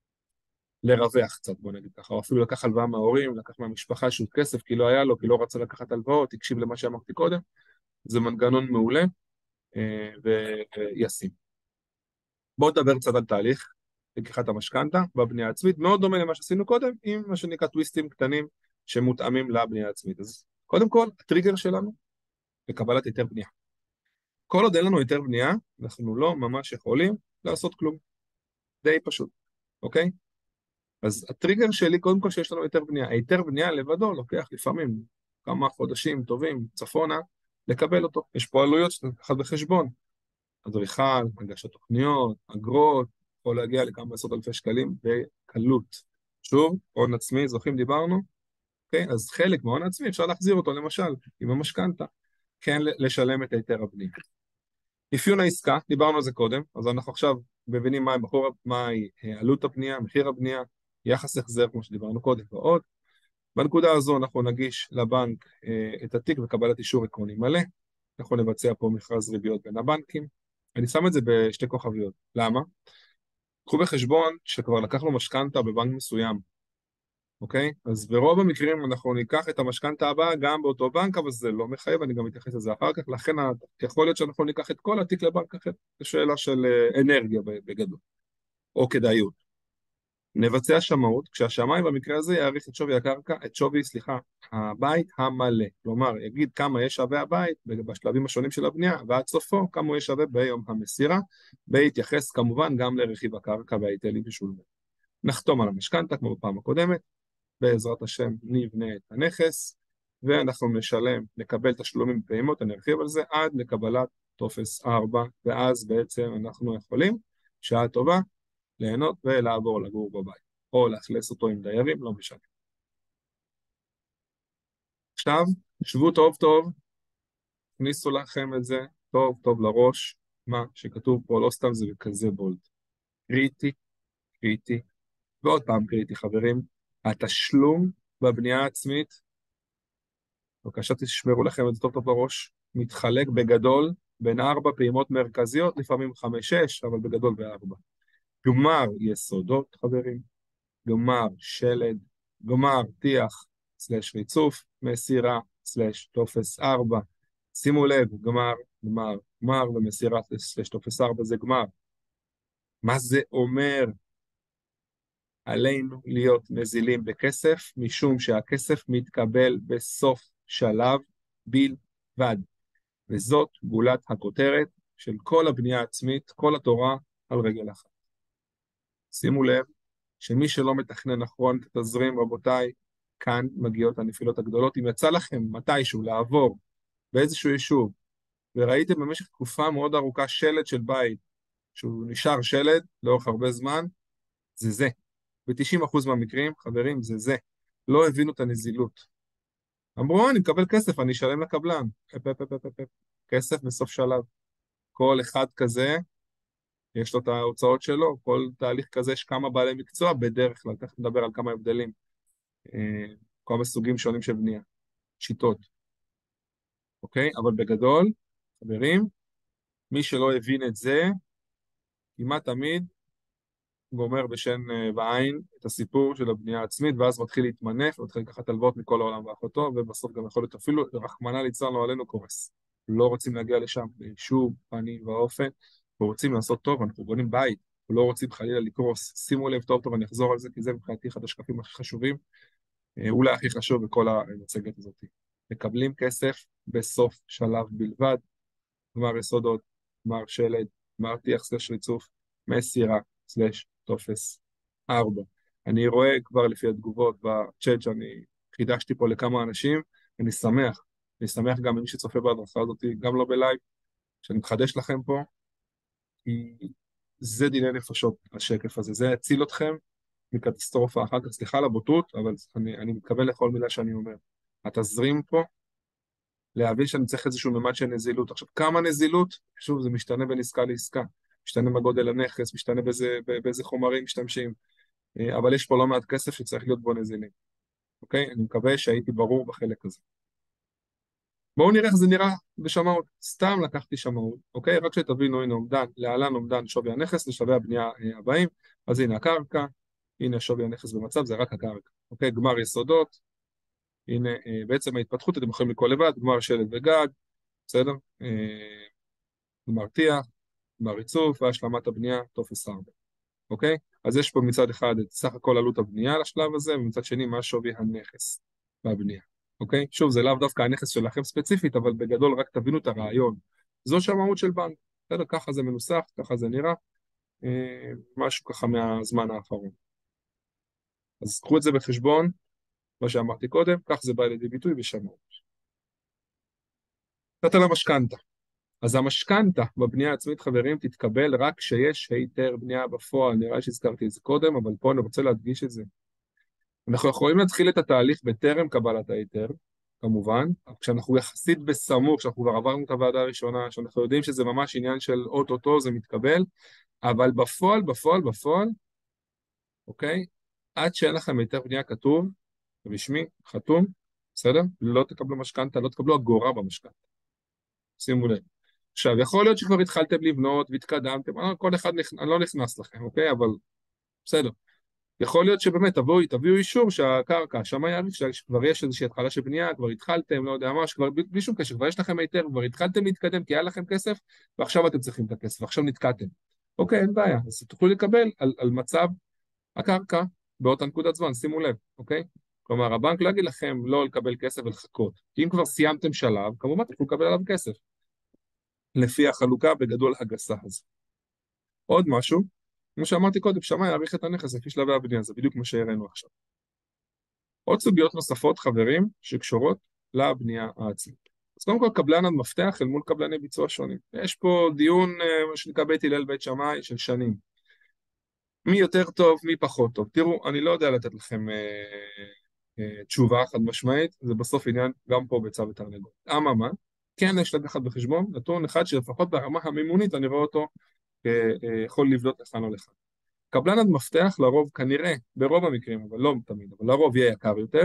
לרווח קצת, בוא נגיד ככה, או אפילו לקח הלוואה מההורים, לקח מהמשפחה שהוא כסף כי לא היה לו, כי לא רצה לקחת הלוואות, הקשיב למה שאמרתי קודם, זה מנגנון מעולה אה, וישים. בואו נדבר קצת על תהליך לקיחת המשכנתא בבנייה העצמית, מאוד דומה למה שעשינו קודם, עם מה שנקרא טוויסטים קטנים שמותאמים לבנייה העצמית. אז קודם כל, הטריגר שלנו לקבלת היתר בנייה. כל עוד אין לנו היתר בנייה, אנחנו לא ממש יכולים לעשות כלום. די פשוט, אוקיי? אז הטריגר שלי, קודם כל שיש לנו היתר בנייה. היתר בנייה לבדו לוקח לפעמים כמה חודשים טובים צפונה לקבל אותו. יש פה עלויות שאתה לקחת בחשבון. אדריכל, הגשת תוכניות, אגרות, יכול להגיע לכמה עשרות אלפי שקלים בקלות. שוב, הון עצמי, זוכים דיברנו, אוקיי? אז חלק מההון העצמי אפשר להחזיר אותו, למשל, עם המשכנתא, כן לשלם את היתר הבנייה. אפיון העסקה, דיברנו על זה קודם, אז אנחנו עכשיו מבינים מהי מה עלות הבנייה, מחיר הבנייה, יחס החזר, כמו שדיברנו קודם, ועוד. בנקודה הזו אנחנו נגיש לבנק אה, את התיק וקבלת אישור עקרוני מלא, אנחנו נבצע פה מכרז ריביות בין הבנקים, אני שם את זה בשתי כוכביות. למה? קחו בחשבון שכבר לקחנו משכנתא בבנק מסוים, אוקיי? אז ברוב המקרים אנחנו ניקח את המשכנתא הבאה גם באותו בנק, אבל זה לא מחייב, אני גם אתייחס לזה אחר כך, לכן יכול להיות שאנחנו ניקח את כל התיק לבנק אחר, זו שאלה של אנרגיה בגדול, או כדאיות. נבצע שמאות, כשהשמאי במקרה הזה יעריך את שווי הקרקע, את שווי, סליחה, הבית המלא. כלומר, יגיד כמה יש שווה הבית בשלבים השונים של הבנייה, ועד סופו כמה הוא יש שווה ביום המסירה, בהתייחס כמובן גם לרכיב הקרקע וההיטלים ששולמו. נחתום על המשכנתא כמו בפעם הקודמת, בעזרת השם נבנה את הנכס, ואנחנו נשלם, נקבל תשלומים בפעימות, אני ארחיב על זה, עד לקבלת טופס ארבע, ואז בעצם אנחנו יכולים, שעה טובה, ליהנות ולעבור לגור בבית, או לאכלס אותו עם דיירים, לא משנה. עכשיו, שבו טוב טוב, תכניסו לכם את זה טוב טוב לראש, מה שכתוב פה לא סתם זה כזה בולד. קריטי, קריטי, ועוד פעם קריטי חברים, התשלום בבנייה העצמית, בבקשה תשמרו לכם את זה טוב טוב לראש, מתחלק בגדול בין ארבע פעימות מרכזיות, לפעמים חמש שש, אבל בגדול בארבע. גמר יסודות חברים, גמר שלד, גמר טיח סלש ריצוף, מסירה סלש טופס ארבע, שימו לב, גמר, גמר, גמר ומסירה סלש טופס ארבע זה גמר. מה זה אומר? עלינו להיות נזילים בכסף, משום שהכסף מתקבל בסוף שלב בלבד. וזאת גולת הכותרת של כל הבנייה העצמית, כל התורה על רגל אחת. שימו לב, שמי שלא מתכנן נכון את התזרים, רבותיי, כאן מגיעות הנפילות הגדולות. אם יצא לכם מתישהו לעבור באיזשהו יישוב, וראיתם במשך תקופה מאוד ארוכה שלד של בית, שהוא נשאר שלד לאורך הרבה זמן, זה זה. ב-תשעים אחוז מהמקרים, חברים, זה זה. לא הבינו את הנזילות. אמרו, אני מקבל כסף, אני אשלם לקבלן. אפ, אפ, אפ, אפ, אפ. כסף בסוף שלב. כל אחד כזה, יש לו את ההוצאות שלו, כל תהליך כזה יש כמה בעלי מקצוע, בדרך כלל, תכף נדבר על כמה הבדלים. כמה סוגים שונים של בנייה, שיטות. אוקיי? אבל בגדול, חברים, מי שלא הבין את זה, כמעט תמיד גומר בשן אה, בעין את הסיפור של הבנייה העצמית, ואז מתחיל להתמנף, ומתחיל לקחת הלוואות מכל העולם ואחותו, ובסוף גם יכול להיות אפילו, רחמנא ליצלן לא עלינו קורס. לא רוצים להגיע לשם בשום פנים ואופן, ורוצים לעשות טוב, אנחנו בונים בית, ולא רוצים חלילה לקרוס. שימו לב טוב טוב, אני אחזור על זה, כי זה מבחינתי אחד השקפים הכי חשובים, אה, אולי הכי חשוב בכל המצגת הזאת. מקבלים כסף בסוף שלב בלבד, גמר יסודות, גמר שלד, גמר טיח סלש ריצוף, מסירה סלש טופס ארבע. אני רואה כבר לפי התגובות בצ'אט שאני חידשתי פה לכמה אנשים, אני שמח, אני שמח גם ממי שצופה בהדרכה הזאת, גם לא בלייב, שאני מחדש לכם פה, כי זה דיני נפשות, השקף הזה, זה יציל אתכם מקטסטרופה אחר כך, סליחה על הבוטות, אבל אני, אני מתכוון לכל מילה שאני אומר. התזרים פה, להבין שאני צריך איזשהו ממד של נזילות. עכשיו, כמה נזילות? שוב, זה משתנה בין עסקה לעסקה. משתנה בגודל הנכס, משתנה באיזה, באיזה חומרים משתמשים. אבל יש פה לא מעט כסף שצריך להיות בו נזילים. אוקיי? אני מקווה שהייתי ברור בחלק הזה. בואו נראה איך זה נראה בשמאות. סתם לקחתי שמאות, אוקיי? רק שתבינו, הנה אומדן, להלן אומדן שווי הנכס לשלבי הבנייה הבאים. אז הנה הקרקע, הנה שווי הנכס במצב, זה רק הקרקע. אוקיי? גמר יסודות. הנה, בעצם ההתפתחות, אתם יכולים לקרוא לבד, גמר שלד וגג, בסדר? גמר טיח, גמר ריצוף, והשלמת הבנייה, טופס ארבע. אוקיי? אז יש פה מצד אחד את סך הכל עלות הבנייה לשלב הזה, ומצד שני מה שווי הנכס בבנייה. אוקיי? שוב, זה לאו דווקא הנכס שלכם ספציפית, אבל בגדול רק תבינו את הרעיון. זו שמאות של בנק. בסדר? ככה זה מנוסח, ככה זה נראה. משהו ככה מהזמן האחרון. אז קחו את זה בחשבון, מה שאמרתי קודם, כך זה בא לידי ביטוי בשמאות. קצת על המשכנתא. אז המשכנתא בבנייה העצמית, חברים, תתקבל רק כשיש היתר בנייה בפועל. נראה שהזכרתי את זה קודם, אבל פה אני רוצה להדגיש את זה. אנחנו יכולים להתחיל את התהליך בטרם קבלת ההיתר, כמובן, כשאנחנו יחסית בסמוך, כשאנחנו כבר עברנו את הוועדה הראשונה, שאנחנו יודעים שזה ממש עניין של אוטוטו, זה מתקבל, אבל בפועל, בפועל, בפועל, אוקיי? עד שאין לכם היתר בנייה כתוב, רשמי, חתום, בסדר? לא תקבלו משכנתא, לא תקבלו אגורה במשכנתא. שימו לב. עכשיו, יכול להיות שכבר התחלתם לבנות והתקדמתם, כל אחד נכ... לא נכנס לכם, אוקיי? אבל בסדר. יכול להיות שבאמת תבואו, תביאו אישור שהקרקע, שם יעריך שכבר יש איזושהי התחלה של בנייה, כבר התחלתם, לא יודע מה, שכבר בלי שום קשר, כבר יש לכם היתר, כבר התחלתם להתקדם כי היה לכם כסף, ועכשיו אתם צריכים את הכסף, ועכשיו נתקעתם. אוקיי, אין בעיה, אז תוכלו לקבל על, על מצב הקרקע באותה נקודת זמן, שימו לב, אוקיי? כלומר, הבנק לא יגיד לכם לא לקבל כסף ולחכות, כי אם כבר סיימתם שלב, כמובן תוכלו לקבל עליו כסף. לפי החלוקה בגדול הגסה הזו. עוד משהו, כמו שאמרתי קודם, שמאי יעריך את הנכס לפי שלבי הבנייה, זה בדיוק מה שהראינו עכשיו. עוד סוגיות נוספות, חברים, שקשורות לבנייה העצמית. אז קודם כל, קבלן המפתח אל מול קבלני ביצוע שונים. יש פה דיון, מה שנקרא בית הלל בית שמאי, של שנים. מי יותר טוב, מי פחות טוב. תראו, אני לא יודע לתת לכם אה, אה, תשובה חד משמעית, זה בסוף עניין גם פה ביצה ותרנגולת. אממה, כן יש לקחת בחשבון, נתון אחד שלפחות ברמה המימונית אני רואה אותו יכול לבדות לכאן או לכאן. קבלן עד מפתח לרוב כנראה, ברוב המקרים, אבל לא תמיד, אבל לרוב יהיה יקר יותר,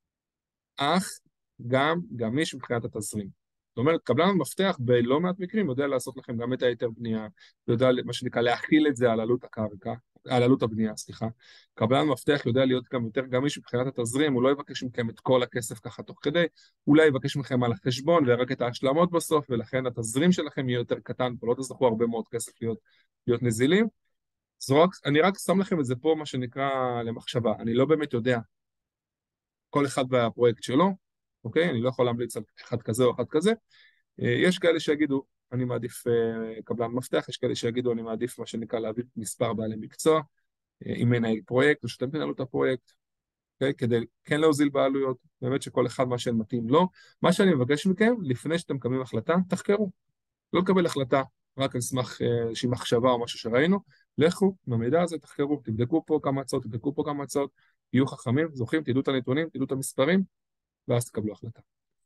אך גם גמיש מבחינת התזרים. זאת אומרת, קבלן עד מפתח בלא מעט מקרים יודע לעשות לכם גם את היתר בנייה, יודע מה שנקרא להכיל את זה על עלות הקרקע, על עלות הבנייה, סליחה. קבלן מפתח יודע להיות גם יותר גמיש מבחינת התזרים, הוא לא יבקש מכם את כל הכסף ככה תוך כדי, אולי יבקש מכם על החשבון ורק את ההשלמות בסוף, ולכן התזרים שלכם יהיה יותר קטן, פה לא תצטרכו הרבה מאוד כסף להיות, להיות נזילים. רק, אני רק שם לכם את זה פה, מה שנקרא למחשבה, אני לא באמת יודע כל אחד והפרויקט שלו, אוקיי? אני לא יכול להמליץ על אחד כזה או אחד כזה. יש כאלה שיגידו, אני מעדיף קבלן מפתח, יש כאלה שיגידו, אני מעדיף מה שנקרא להביא מספר בעלי מקצוע, אם מנהל פרויקט או שאתם תנהלו את הפרויקט, אוקיי? כדי כן להוזיל בעלויות, באמת שכל אחד מה שמתאים לו. מה שאני מבקש מכם, לפני שאתם מקבלים החלטה, תחקרו. לא לקבל החלטה רק על סמך איזושהי מחשבה או משהו שראינו, לכו במידע הזה, תחקרו, תבדקו פה כמה הצעות, תבדקו פה כמה הצעות, יהיו חכמים, זוכים, תדעו את הנתונים, תדעו את המספרים, ואז תקבלו החלטה.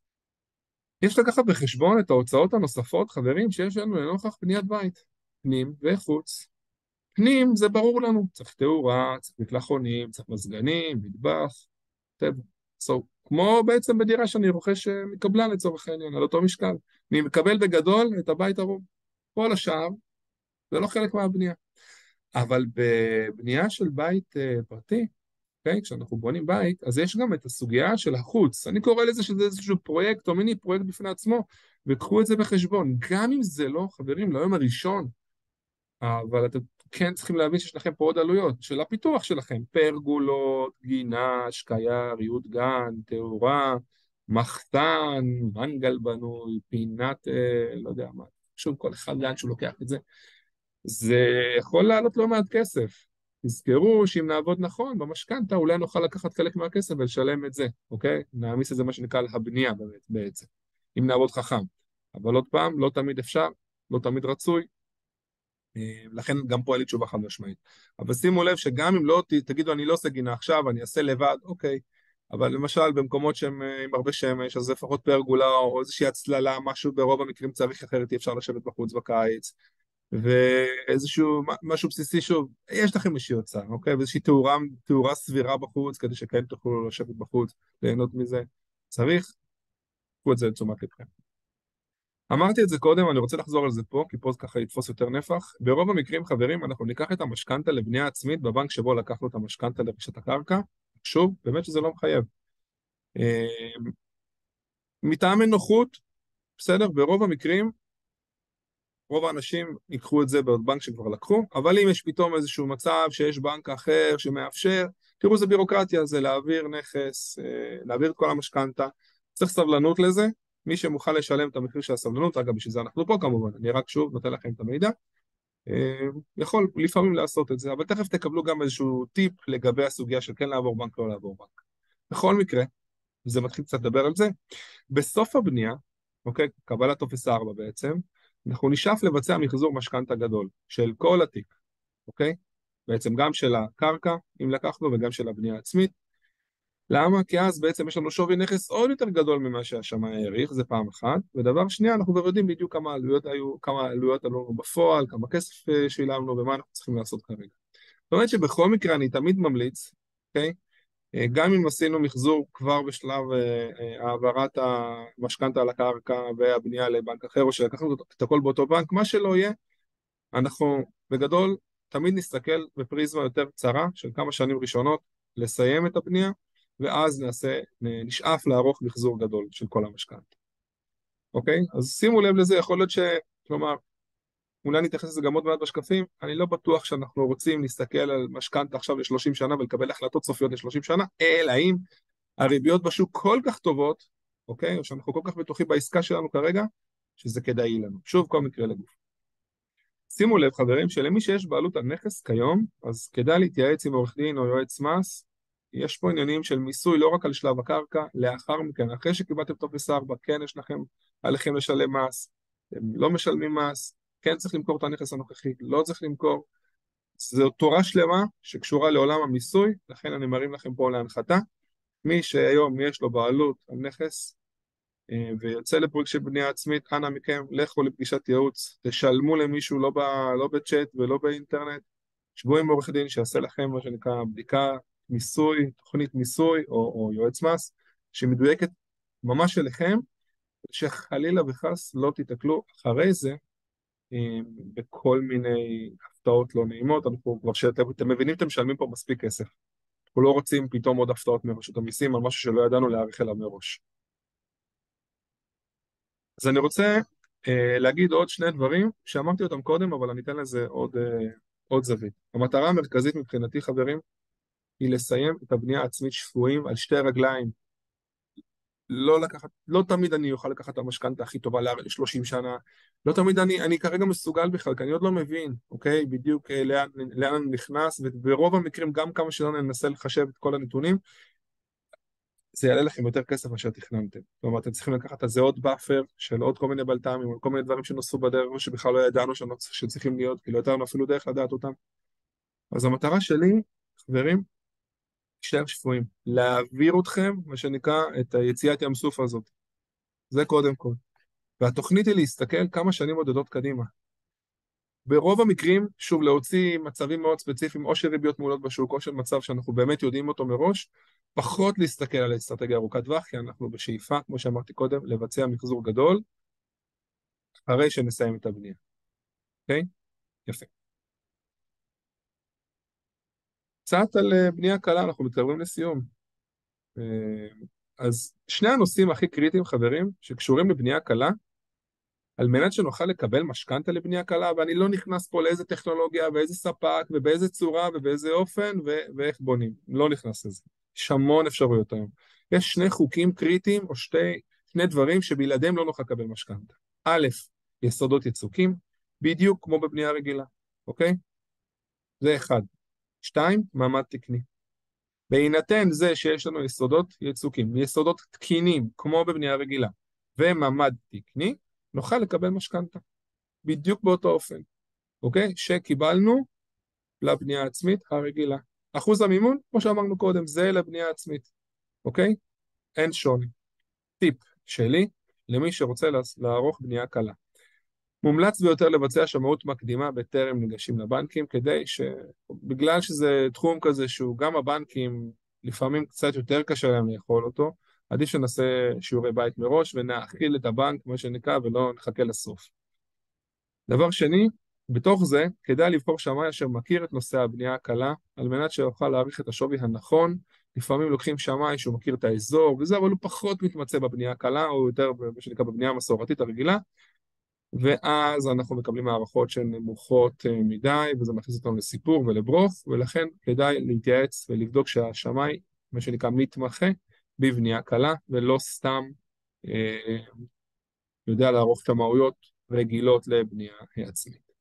יש לקחת בחשבון את ההוצאות הנוספות, חברים, שיש לנו לנוכח בניית בית, פנים וחוץ. פנים זה ברור לנו, צריך תאורה, צריך מקלחונים, צריך מזגנים, מטבח, טבע. So, כמו בעצם בדירה שאני רוכש מקבלן לצורך העניין, על אותו משקל. אני מקבל בגדול את הבית הרוב. כל השאר זה לא חלק מהבנייה. אבל בבנייה של בית אה, פרטי, אוקיי? כשאנחנו בונים בית, אז יש גם את הסוגיה של החוץ. אני קורא לזה שזה איזשהו פרויקט או מיני פרויקט בפני עצמו, וקחו את זה בחשבון. גם אם זה לא, חברים, ליום הראשון, אבל אתם כן צריכים להבין שיש לכם פה עוד עלויות של הפיתוח שלכם. פרגולות, גינה, השקיה, ריהוט גן, תאורה, מחסן, מנגל בנוי, פינת, אה, לא יודע מה. שוב, כל אחד לאן שהוא לוקח את זה. זה יכול לעלות לא מעט כסף. תזכרו שאם נעבוד נכון במשכנתא, אולי נוכל לקחת חלק מהכסף ולשלם את זה, אוקיי? נעמיס את זה מה שנקרא הבנייה באמת, בעצם, אם נעבוד חכם. אבל עוד פעם, לא תמיד אפשר, לא תמיד רצוי, אה, לכן גם פה אין לי תשובה חד משמעית. אבל שימו לב שגם אם לא ת, תגידו, אני לא עושה גינה עכשיו, אני אעשה לבד, אוקיי. אבל למשל, במקומות שהם אה, עם הרבה שמש, אז לפחות פרגולה או איזושהי הצללה, משהו ברוב המקרים צריך, אחרת אי אפשר לשבת בחוץ בקיץ. ואיזשהו משהו בסיסי, שוב, יש לכם איזושהי הוצאה, אוקיי? ואיזושהי תאורה, תאורה סבירה בחוץ, כדי שכן תוכלו לשבת בחוץ, ליהנות מזה. צריך, קחו את זה לתשומת לבכם. אמרתי את זה קודם, אני רוצה לחזור על זה פה, כי פה זה ככה יתפוס יותר נפח. ברוב המקרים, חברים, אנחנו ניקח את המשכנתא לבנייה עצמית בבנק שבו לקחנו את המשכנתא לרכישת הקרקע. שוב, באמת שזה לא מחייב. אה, מטעמי נוחות, בסדר, ברוב המקרים, רוב האנשים ייקחו את זה בעוד בנק שכבר לקחו, אבל אם יש פתאום איזשהו מצב שיש בנק אחר שמאפשר, תראו, זה בירוקרטיה, זה להעביר נכס, להעביר את כל המשכנתא, צריך סבלנות לזה, מי שמוכן לשלם את המחיר של הסבלנות, אגב, בשביל זה אנחנו פה כמובן, אני רק שוב נותן לכם את המידע, יכול לפעמים לעשות את זה, אבל תכף תקבלו גם איזשהו טיפ לגבי הסוגיה של כן לעבור בנק, לא לעבור בנק. בכל מקרה, וזה מתחיל קצת לדבר על זה, בסוף הבנייה, אוקיי, קבלת טופס ארבע בעצם, אנחנו נשאף לבצע מחזור משכנתא גדול של כל התיק, אוקיי? בעצם גם של הקרקע, אם לקחנו, וגם של הבנייה העצמית. למה? כי אז בעצם יש לנו שווי נכס עוד יותר גדול ממה שהשמאי העריך, זה פעם אחת. ודבר שנייה, אנחנו כבר יודעים בדיוק כמה עלויות היו, כמה עלויות עלו לנו בפועל, כמה כסף שילמנו ומה אנחנו צריכים לעשות כרגע. זאת אומרת שבכל מקרה אני תמיד ממליץ, אוקיי? גם אם עשינו מחזור כבר בשלב העברת המשכנתא על הקרקע והבנייה לבנק אחר, או שלקחנו את הכל באותו בנק, מה שלא יהיה, אנחנו בגדול תמיד נסתכל בפריזמה יותר קצרה של כמה שנים ראשונות, לסיים את הבנייה, ואז נעשה, נשאף לערוך מחזור גדול של כל המשכנתא. אוקיי? אז שימו לב לזה, יכול להיות ש... כלומר, אולי נתייחס לזה גם עוד מעט בשקפים, אני לא בטוח שאנחנו רוצים להסתכל על משכנתא עכשיו ל-שלושים שנה ולקבל החלטות סופיות ל-שלושים שנה, אלא אם הריביות בשוק כל כך טובות, אוקיי? או שאנחנו כל כך בטוחים בעסקה שלנו כרגע, שזה כדאי לנו. שוב, כל מקרה לגוף. שימו לב, חברים, שלמי שיש בעלות על נכס כיום, אז כדאי להתייעץ עם עורך דין או יועץ מס, יש פה עניינים של מיסוי לא רק על שלב הקרקע, לאחר מכן, אחרי שקיבלתם טופס ארבע, כן יש לכם, עליכם לשלם מס, הם לא משלמים מס, כן צריך למכור את הנכס הנוכחי, לא צריך למכור. זו תורה שלמה שקשורה לעולם המיסוי, לכן אני מרים לכם פה להנחתה. מי שהיום יש לו בעלות על נכס ויוצא לפרויקט של בנייה עצמית, אנא מכם, לכו לפגישת ייעוץ, תשלמו למישהו לא, ב, לא בצ'אט ולא באינטרנט, שבו עם עורך דין שיעשה לכם מה שנקרא בדיקה, מיסוי, תוכנית מיסוי או, או יועץ מס, שמדויקת ממש אליכם, שחלילה וחס לא תתקלו אחרי זה בכל מיני הפתעות לא נעימות. אנחנו כבר שאתם אתם מבינים, אתם משלמים פה מספיק כסף. אנחנו לא רוצים פתאום עוד הפתעות מרשות המיסים על משהו שלא ידענו להעריך אליו מראש. אז אני רוצה אה, להגיד עוד שני דברים שאמרתי אותם קודם, אבל אני אתן לזה עוד, אה, עוד זווית. המטרה המרכזית מבחינתי, חברים, היא לסיים את הבנייה העצמית שפויים על שתי רגליים. לא לקחת, לא תמיד אני אוכל לקחת את המשכנתא הכי טובה ל-שלושים שנה, לא תמיד אני, אני כרגע מסוגל בכלל, כי אני עוד לא מבין, אוקיי, בדיוק אה, לאן, לאן אני נכנס, וברוב המקרים גם כמה שלא ננסה לחשב את כל הנתונים, זה יעלה לכם יותר כסף מאשר תכננתם. כלומר, אתם צריכים לקחת על זה עוד באפר של עוד כל מיני בלת"מים, או כל מיני דברים שנוסו בדרך, או שבכלל לא ידענו שצריכים להיות, כי לא ידענו אפילו דרך לדעת אותם. אז המטרה שלי, חברים, להישאר שפויים, להעביר אתכם, מה שנקרא, את היציאת ים סוף הזאת. זה קודם כל. והתוכנית היא להסתכל כמה שנים עודדות קדימה. ברוב המקרים, שוב, להוציא מצבים מאוד ספציפיים, או של ריביות מעולות בשוק, או של מצב שאנחנו באמת יודעים אותו מראש, פחות להסתכל על האסטרטגיה ארוכת טווח, כי אנחנו בשאיפה, כמו שאמרתי קודם, לבצע מחזור גדול, אחרי שנסיים את הבנייה. אוקיי? יפה. קצת על אה, בנייה קלה, אנחנו מתקרבים לסיום. אה, אז שני הנושאים הכי קריטיים, חברים, שקשורים לבנייה קלה, על מנת שנוכל לקבל משכנתה לבנייה קלה, ואני לא נכנס פה לאיזה טכנולוגיה, ואיזה ספק, ובאיזה צורה, ובאיזה אופן, ו- ואיך בונים. לא נכנס לזה. יש המון אפשרויות היום. יש שני חוקים קריטיים, או שתי, שני דברים שבלעדיהם לא נוכל לקבל משכנתה. א', יסודות יצוקים, בדיוק כמו בבנייה רגילה, אוקיי? זה אחד. שתיים, מעמד תקני. בהינתן זה שיש לנו יסודות יצוקים, יסודות תקינים, כמו בבנייה רגילה, ומעמד תקני, נוכל לקבל משכנתה. בדיוק באותו אופן, אוקיי? שקיבלנו לבנייה העצמית הרגילה. אחוז המימון, כמו שאמרנו קודם, זה לבנייה העצמית, אוקיי? אין שוני. טיפ שלי, למי שרוצה לערוך בנייה קלה. מומלץ ביותר לבצע שמאות מקדימה בטרם ניגשים לבנקים, כדי ש... בגלל שזה תחום כזה שהוא גם הבנקים לפעמים קצת יותר קשה להם לאכול אותו, עדיף שנעשה שיעורי בית מראש ונאכיל את הבנק, מה שנקרא, ולא נחכה לסוף. דבר שני, בתוך זה, כדאי לבחור שמאי אשר מכיר את נושא הבנייה הקלה, על מנת שיוכל להעריך את השווי הנכון. לפעמים לוקחים שמאי שהוא מכיר את האזור, וזה, אבל הוא פחות מתמצא בבנייה הקלה, או יותר, מה שנקרא, בבנייה המסורתית הרגילה, ואז אנחנו מקבלים הערכות שהן נמוכות מדי, וזה מכניס אותנו לסיפור ולברוך, ולכן כדאי להתייעץ ולבדוק שהשמאי, מה שנקרא, מתמחה בבנייה קלה, ולא סתם אה, יודע לערוך שמאויות רגילות לבנייה עצמית.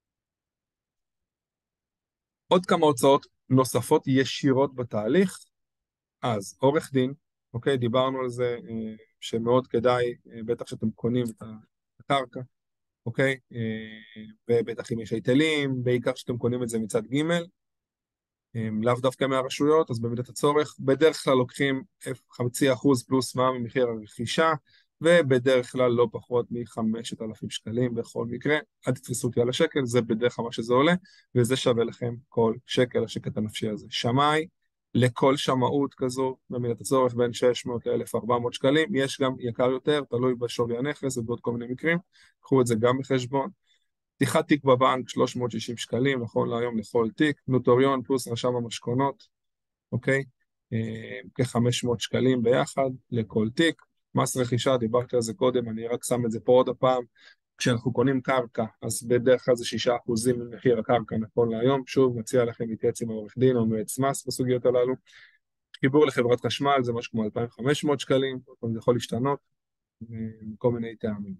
עוד כמה הוצאות נוספות ישירות בתהליך, אז עורך דין, אוקיי, דיברנו על זה אה, שמאוד כדאי, אה, בטח שאתם קונים את הקרקע, אוקיי, אה, ובטח אם יש היטלים, בעיקר שאתם קונים את זה מצד ג', אה, לאו דווקא מהרשויות, אז במידת הצורך, בדרך כלל לוקחים חצי אחוז פלוס מע"מ ממחיר הרכישה, ובדרך כלל לא פחות מ-חמשת אלפים שקלים בכל מקרה, אל תתפסו אותי על השקל, זה בדרך כלל מה שזה עולה, וזה שווה לכם כל שקל, השקט הנפשי הזה. שמאי, לכל שמאות כזו, במידת הצורך בין שש מאות ל-אלף וארבע מאות שקלים, יש גם יקר יותר, תלוי בשווי הנכס ובעוד כל מיני מקרים, קחו את זה גם בחשבון. פתיחת תיק בבנק, שלוש מאות ושישים שקלים, נכון להיום לכל תיק, נוטריון פלוס רשם המשכונות, אוקיי? אה, כ-חמש מאות שקלים ביחד לכל תיק. מס רכישה, דיברתי על זה קודם, אני רק שם את זה פה עוד הפעם. כשאנחנו קונים קרקע, אז בדרך כלל זה שישה אחוזים ממחיר הקרקע נכון להיום. שוב, מציע לכם להתייעץ עם העורך דין או מועץ מס בסוגיות הללו. חיבור לחברת חשמל זה משהו כמו אלפיים וחמש מאות שקלים, זה יכול להשתנות מכל מיני טעמים.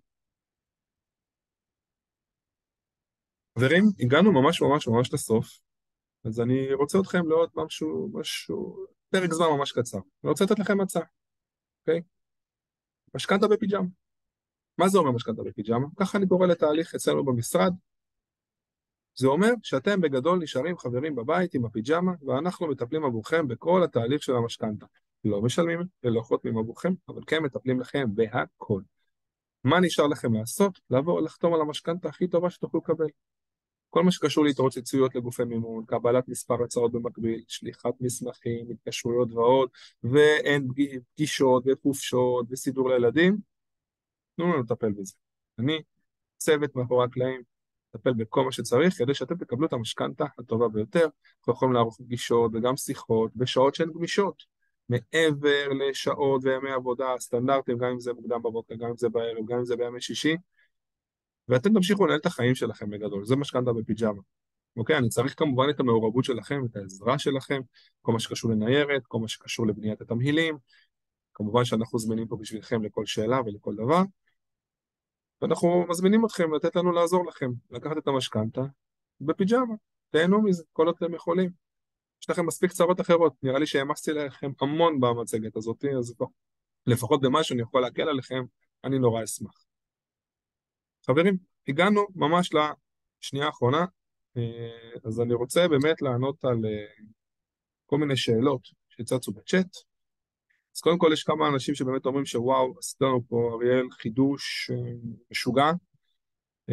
חברים, הגענו ממש ממש ממש לסוף, אז אני רוצה אתכם לעוד משהו, משהו, פרק זמן ממש קצר. אני רוצה לתת לכם הצעה, אוקיי? משכנתה בפיג'מה. מה זה אומר משכנתה בפיג'מה? ככה אני קורא לתהליך אצלנו במשרד. זה אומר שאתם בגדול נשארים חברים בבית עם הפיג'מה, ואנחנו מטפלים עבורכם בכל התהליך של המשכנתה. לא משלמים ולא חותמים עבורכם, אבל כן מטפלים לכם בהכל. מה נשאר לכם לעשות? לעבור לחתום על המשכנתה הכי טובה שתוכלו לקבל. כל מה שקשור להתרוצצויות לגופי מימון, קבלת מספר הצעות במקביל, שליחת מסמכים, התקשרויות ועוד, ואין פגישות וחופשות וסידור לילדים, תנו לנו לטפל בזה. אני, צוות מאחורי הקלעים, לטפל בכל מה שצריך, כדי שאתם תקבלו את המשכנתה הטובה ביותר. אנחנו יכולים לערוך פגישות וגם שיחות בשעות שהן גמישות, מעבר לשעות וימי עבודה סטנדרטיים, גם אם זה מוקדם בבוקר, גם אם זה בערב, גם אם זה בימי שישי, ואתם תמשיכו לנהל את החיים שלכם בגדול. זה משכנתה בפיג'מה. אוקיי? אני צריך כמובן את המעורבות שלכם, את העזרה שלכם, כל מה שקשור לניירת, כל מה שקשור לבניית התמהילים, כמובן שאנחנו זמינים פה בשבילכם לכל שאלה ולכל דבר, ואנחנו מזמינים אתכם לתת לנו לעזור לכם, לקחת את המשכנתה בפיג'מה, תהנו מזה, כל עוד אתם יכולים. יש לכם מספיק צרות אחרות, נראה לי שהעמסתי לכם המון במצגת הזאת, אז לפחות במה שאני יכול להקל עליכם, אני נורא אשמח. חברים, הגענו ממש לשנייה האחרונה, אז אני רוצה באמת לענות על כל מיני שאלות שצצו בצ'אט. אז קודם כל יש כמה אנשים שבאמת אומרים שוואו, עשינו לנו פה אריאל חידוש משוגע,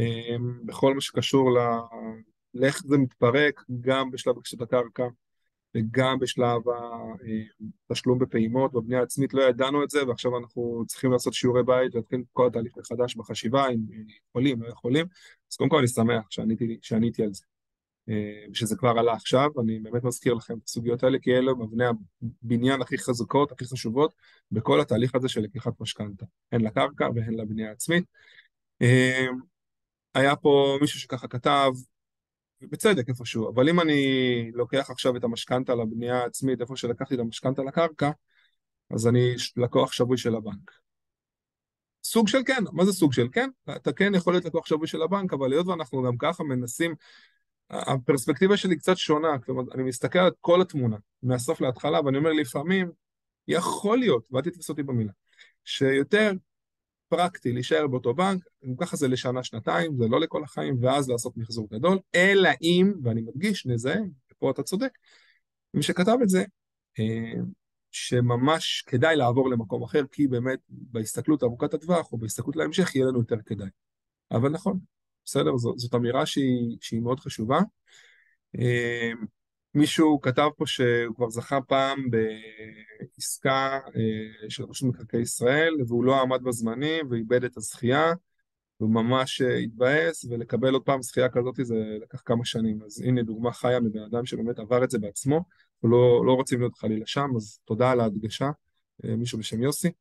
בכל מה שקשור לאיך זה מתפרק גם בשלב רכישת הקרקע, וגם בשלב התשלום בפעימות, בבנייה העצמית, לא ידענו את זה, ועכשיו אנחנו צריכים לעשות שיעורי בית, להתחיל כל התהליך מחדש בחשיבה, אם יכולים, לא יכולים. אז קודם כל אני שמח שעניתי, שעניתי על זה. ושזה כבר עלה עכשיו, אני באמת מזכיר לכם את הסוגיות האלה, כי אלה מבני הבניין הכי חזקות, הכי חשובות, בכל התהליך הזה של לקיחת משכנתא, הן לקרקע והן לבנייה העצמית. היה פה מישהו שככה כתב, בצדק איפשהו, אבל אם אני לוקח עכשיו את המשכנתא לבנייה העצמית, איפה שלקחתי את המשכנתא לקרקע, אז אני לקוח שבוי של הבנק. סוג של כן, מה זה סוג של כן? אתה כן יכול להיות לקוח שבוי של הבנק, אבל היות ואנחנו גם ככה מנסים, הפרספקטיבה שלי קצת שונה, כלומר, אני מסתכל על כל התמונה, מהסוף להתחלה, ואני אומר לפעמים, יכול להיות, ואל תתפס אותי במילה, שיותר פרקטי להישאר באותו בנק, ככה זה לשנה, שנתיים, זה לא לכל החיים, ואז לעשות מחזור גדול, אלא אם, ואני מדגיש, נזהה, ופה אתה צודק, מי שכתב את זה, שממש כדאי לעבור למקום אחר, כי באמת בהסתכלות ארוכת הטווח, או בהסתכלות להמשך, יהיה לנו יותר כדאי. אבל נכון, בסדר, זאת, זאת אמירה שהיא, שהיא מאוד חשובה. מישהו כתב פה שהוא כבר זכה פעם בעסקה של רשות מקרקעי ישראל, והוא לא עמד בזמנים ואיבד את הזכייה, והוא ממש התבאס, ולקבל עוד פעם זכייה כזאת זה לקח כמה שנים. אז הנה דוגמה חיה מבן אדם שבאמת עבר את זה בעצמו, ולא לא רוצים להיות חלילה שם, אז תודה על ההדגשה, מישהו בשם יוסי.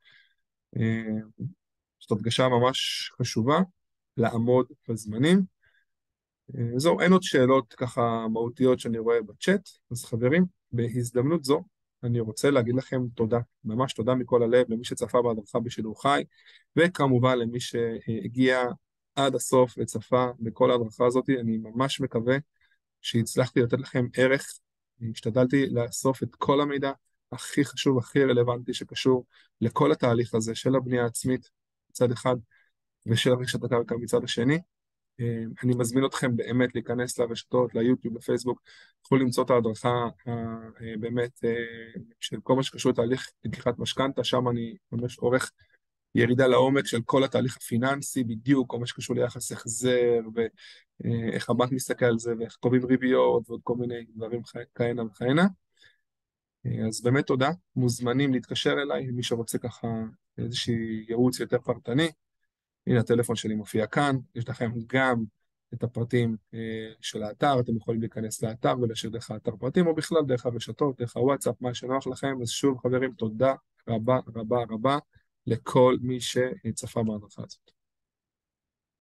זאת הדגשה ממש חשובה, לעמוד בזמנים. זהו, אין עוד שאלות ככה מהותיות שאני רואה בצ'אט, אז חברים, בהזדמנות זו, אני רוצה להגיד לכם תודה, ממש תודה מכל הלב למי שצפה בהדרכה בשידור חי, וכמובן למי שהגיע עד הסוף וצפה בכל ההדרכה הזאת, אני ממש מקווה שהצלחתי לתת לכם ערך, השתדלתי לאסוף את כל המידע הכי חשוב, הכי רלוונטי שקשור לכל התהליך הזה של הבנייה העצמית מצד אחד, ושל רכישת הקרקע מצד השני. אני מזמין אתכם באמת להיכנס לרשתות, ליוטיוב, לפייסבוק, תוכלו למצוא את ההדרכה באמת של כל מה שקשור לתהליך לקיחת משכנתא, שם אני ממש עורך ירידה לעומק של כל התהליך הפיננסי, בדיוק כל מה שקשור ליחס החזר, ואיך הבנק מסתכל על זה, ואיך קובעים ריביות, ועוד כל מיני דברים כהנה וכהנה. אז באמת תודה, מוזמנים להתקשר אליי, מי שרוצה ככה איזושהי ייעוץ יותר פרטני, הנה הטלפון שלי מופיע כאן, יש לכם גם את הפרטים אה, של האתר, אתם יכולים להיכנס לאתר ולהשאיר דרך האתר פרטים, או בכלל דרך הרשתות, דרך הוואטסאפ, מה שנוח לכם. אז שוב חברים, תודה רבה רבה רבה לכל מי שצפה בהדרכה הזאת.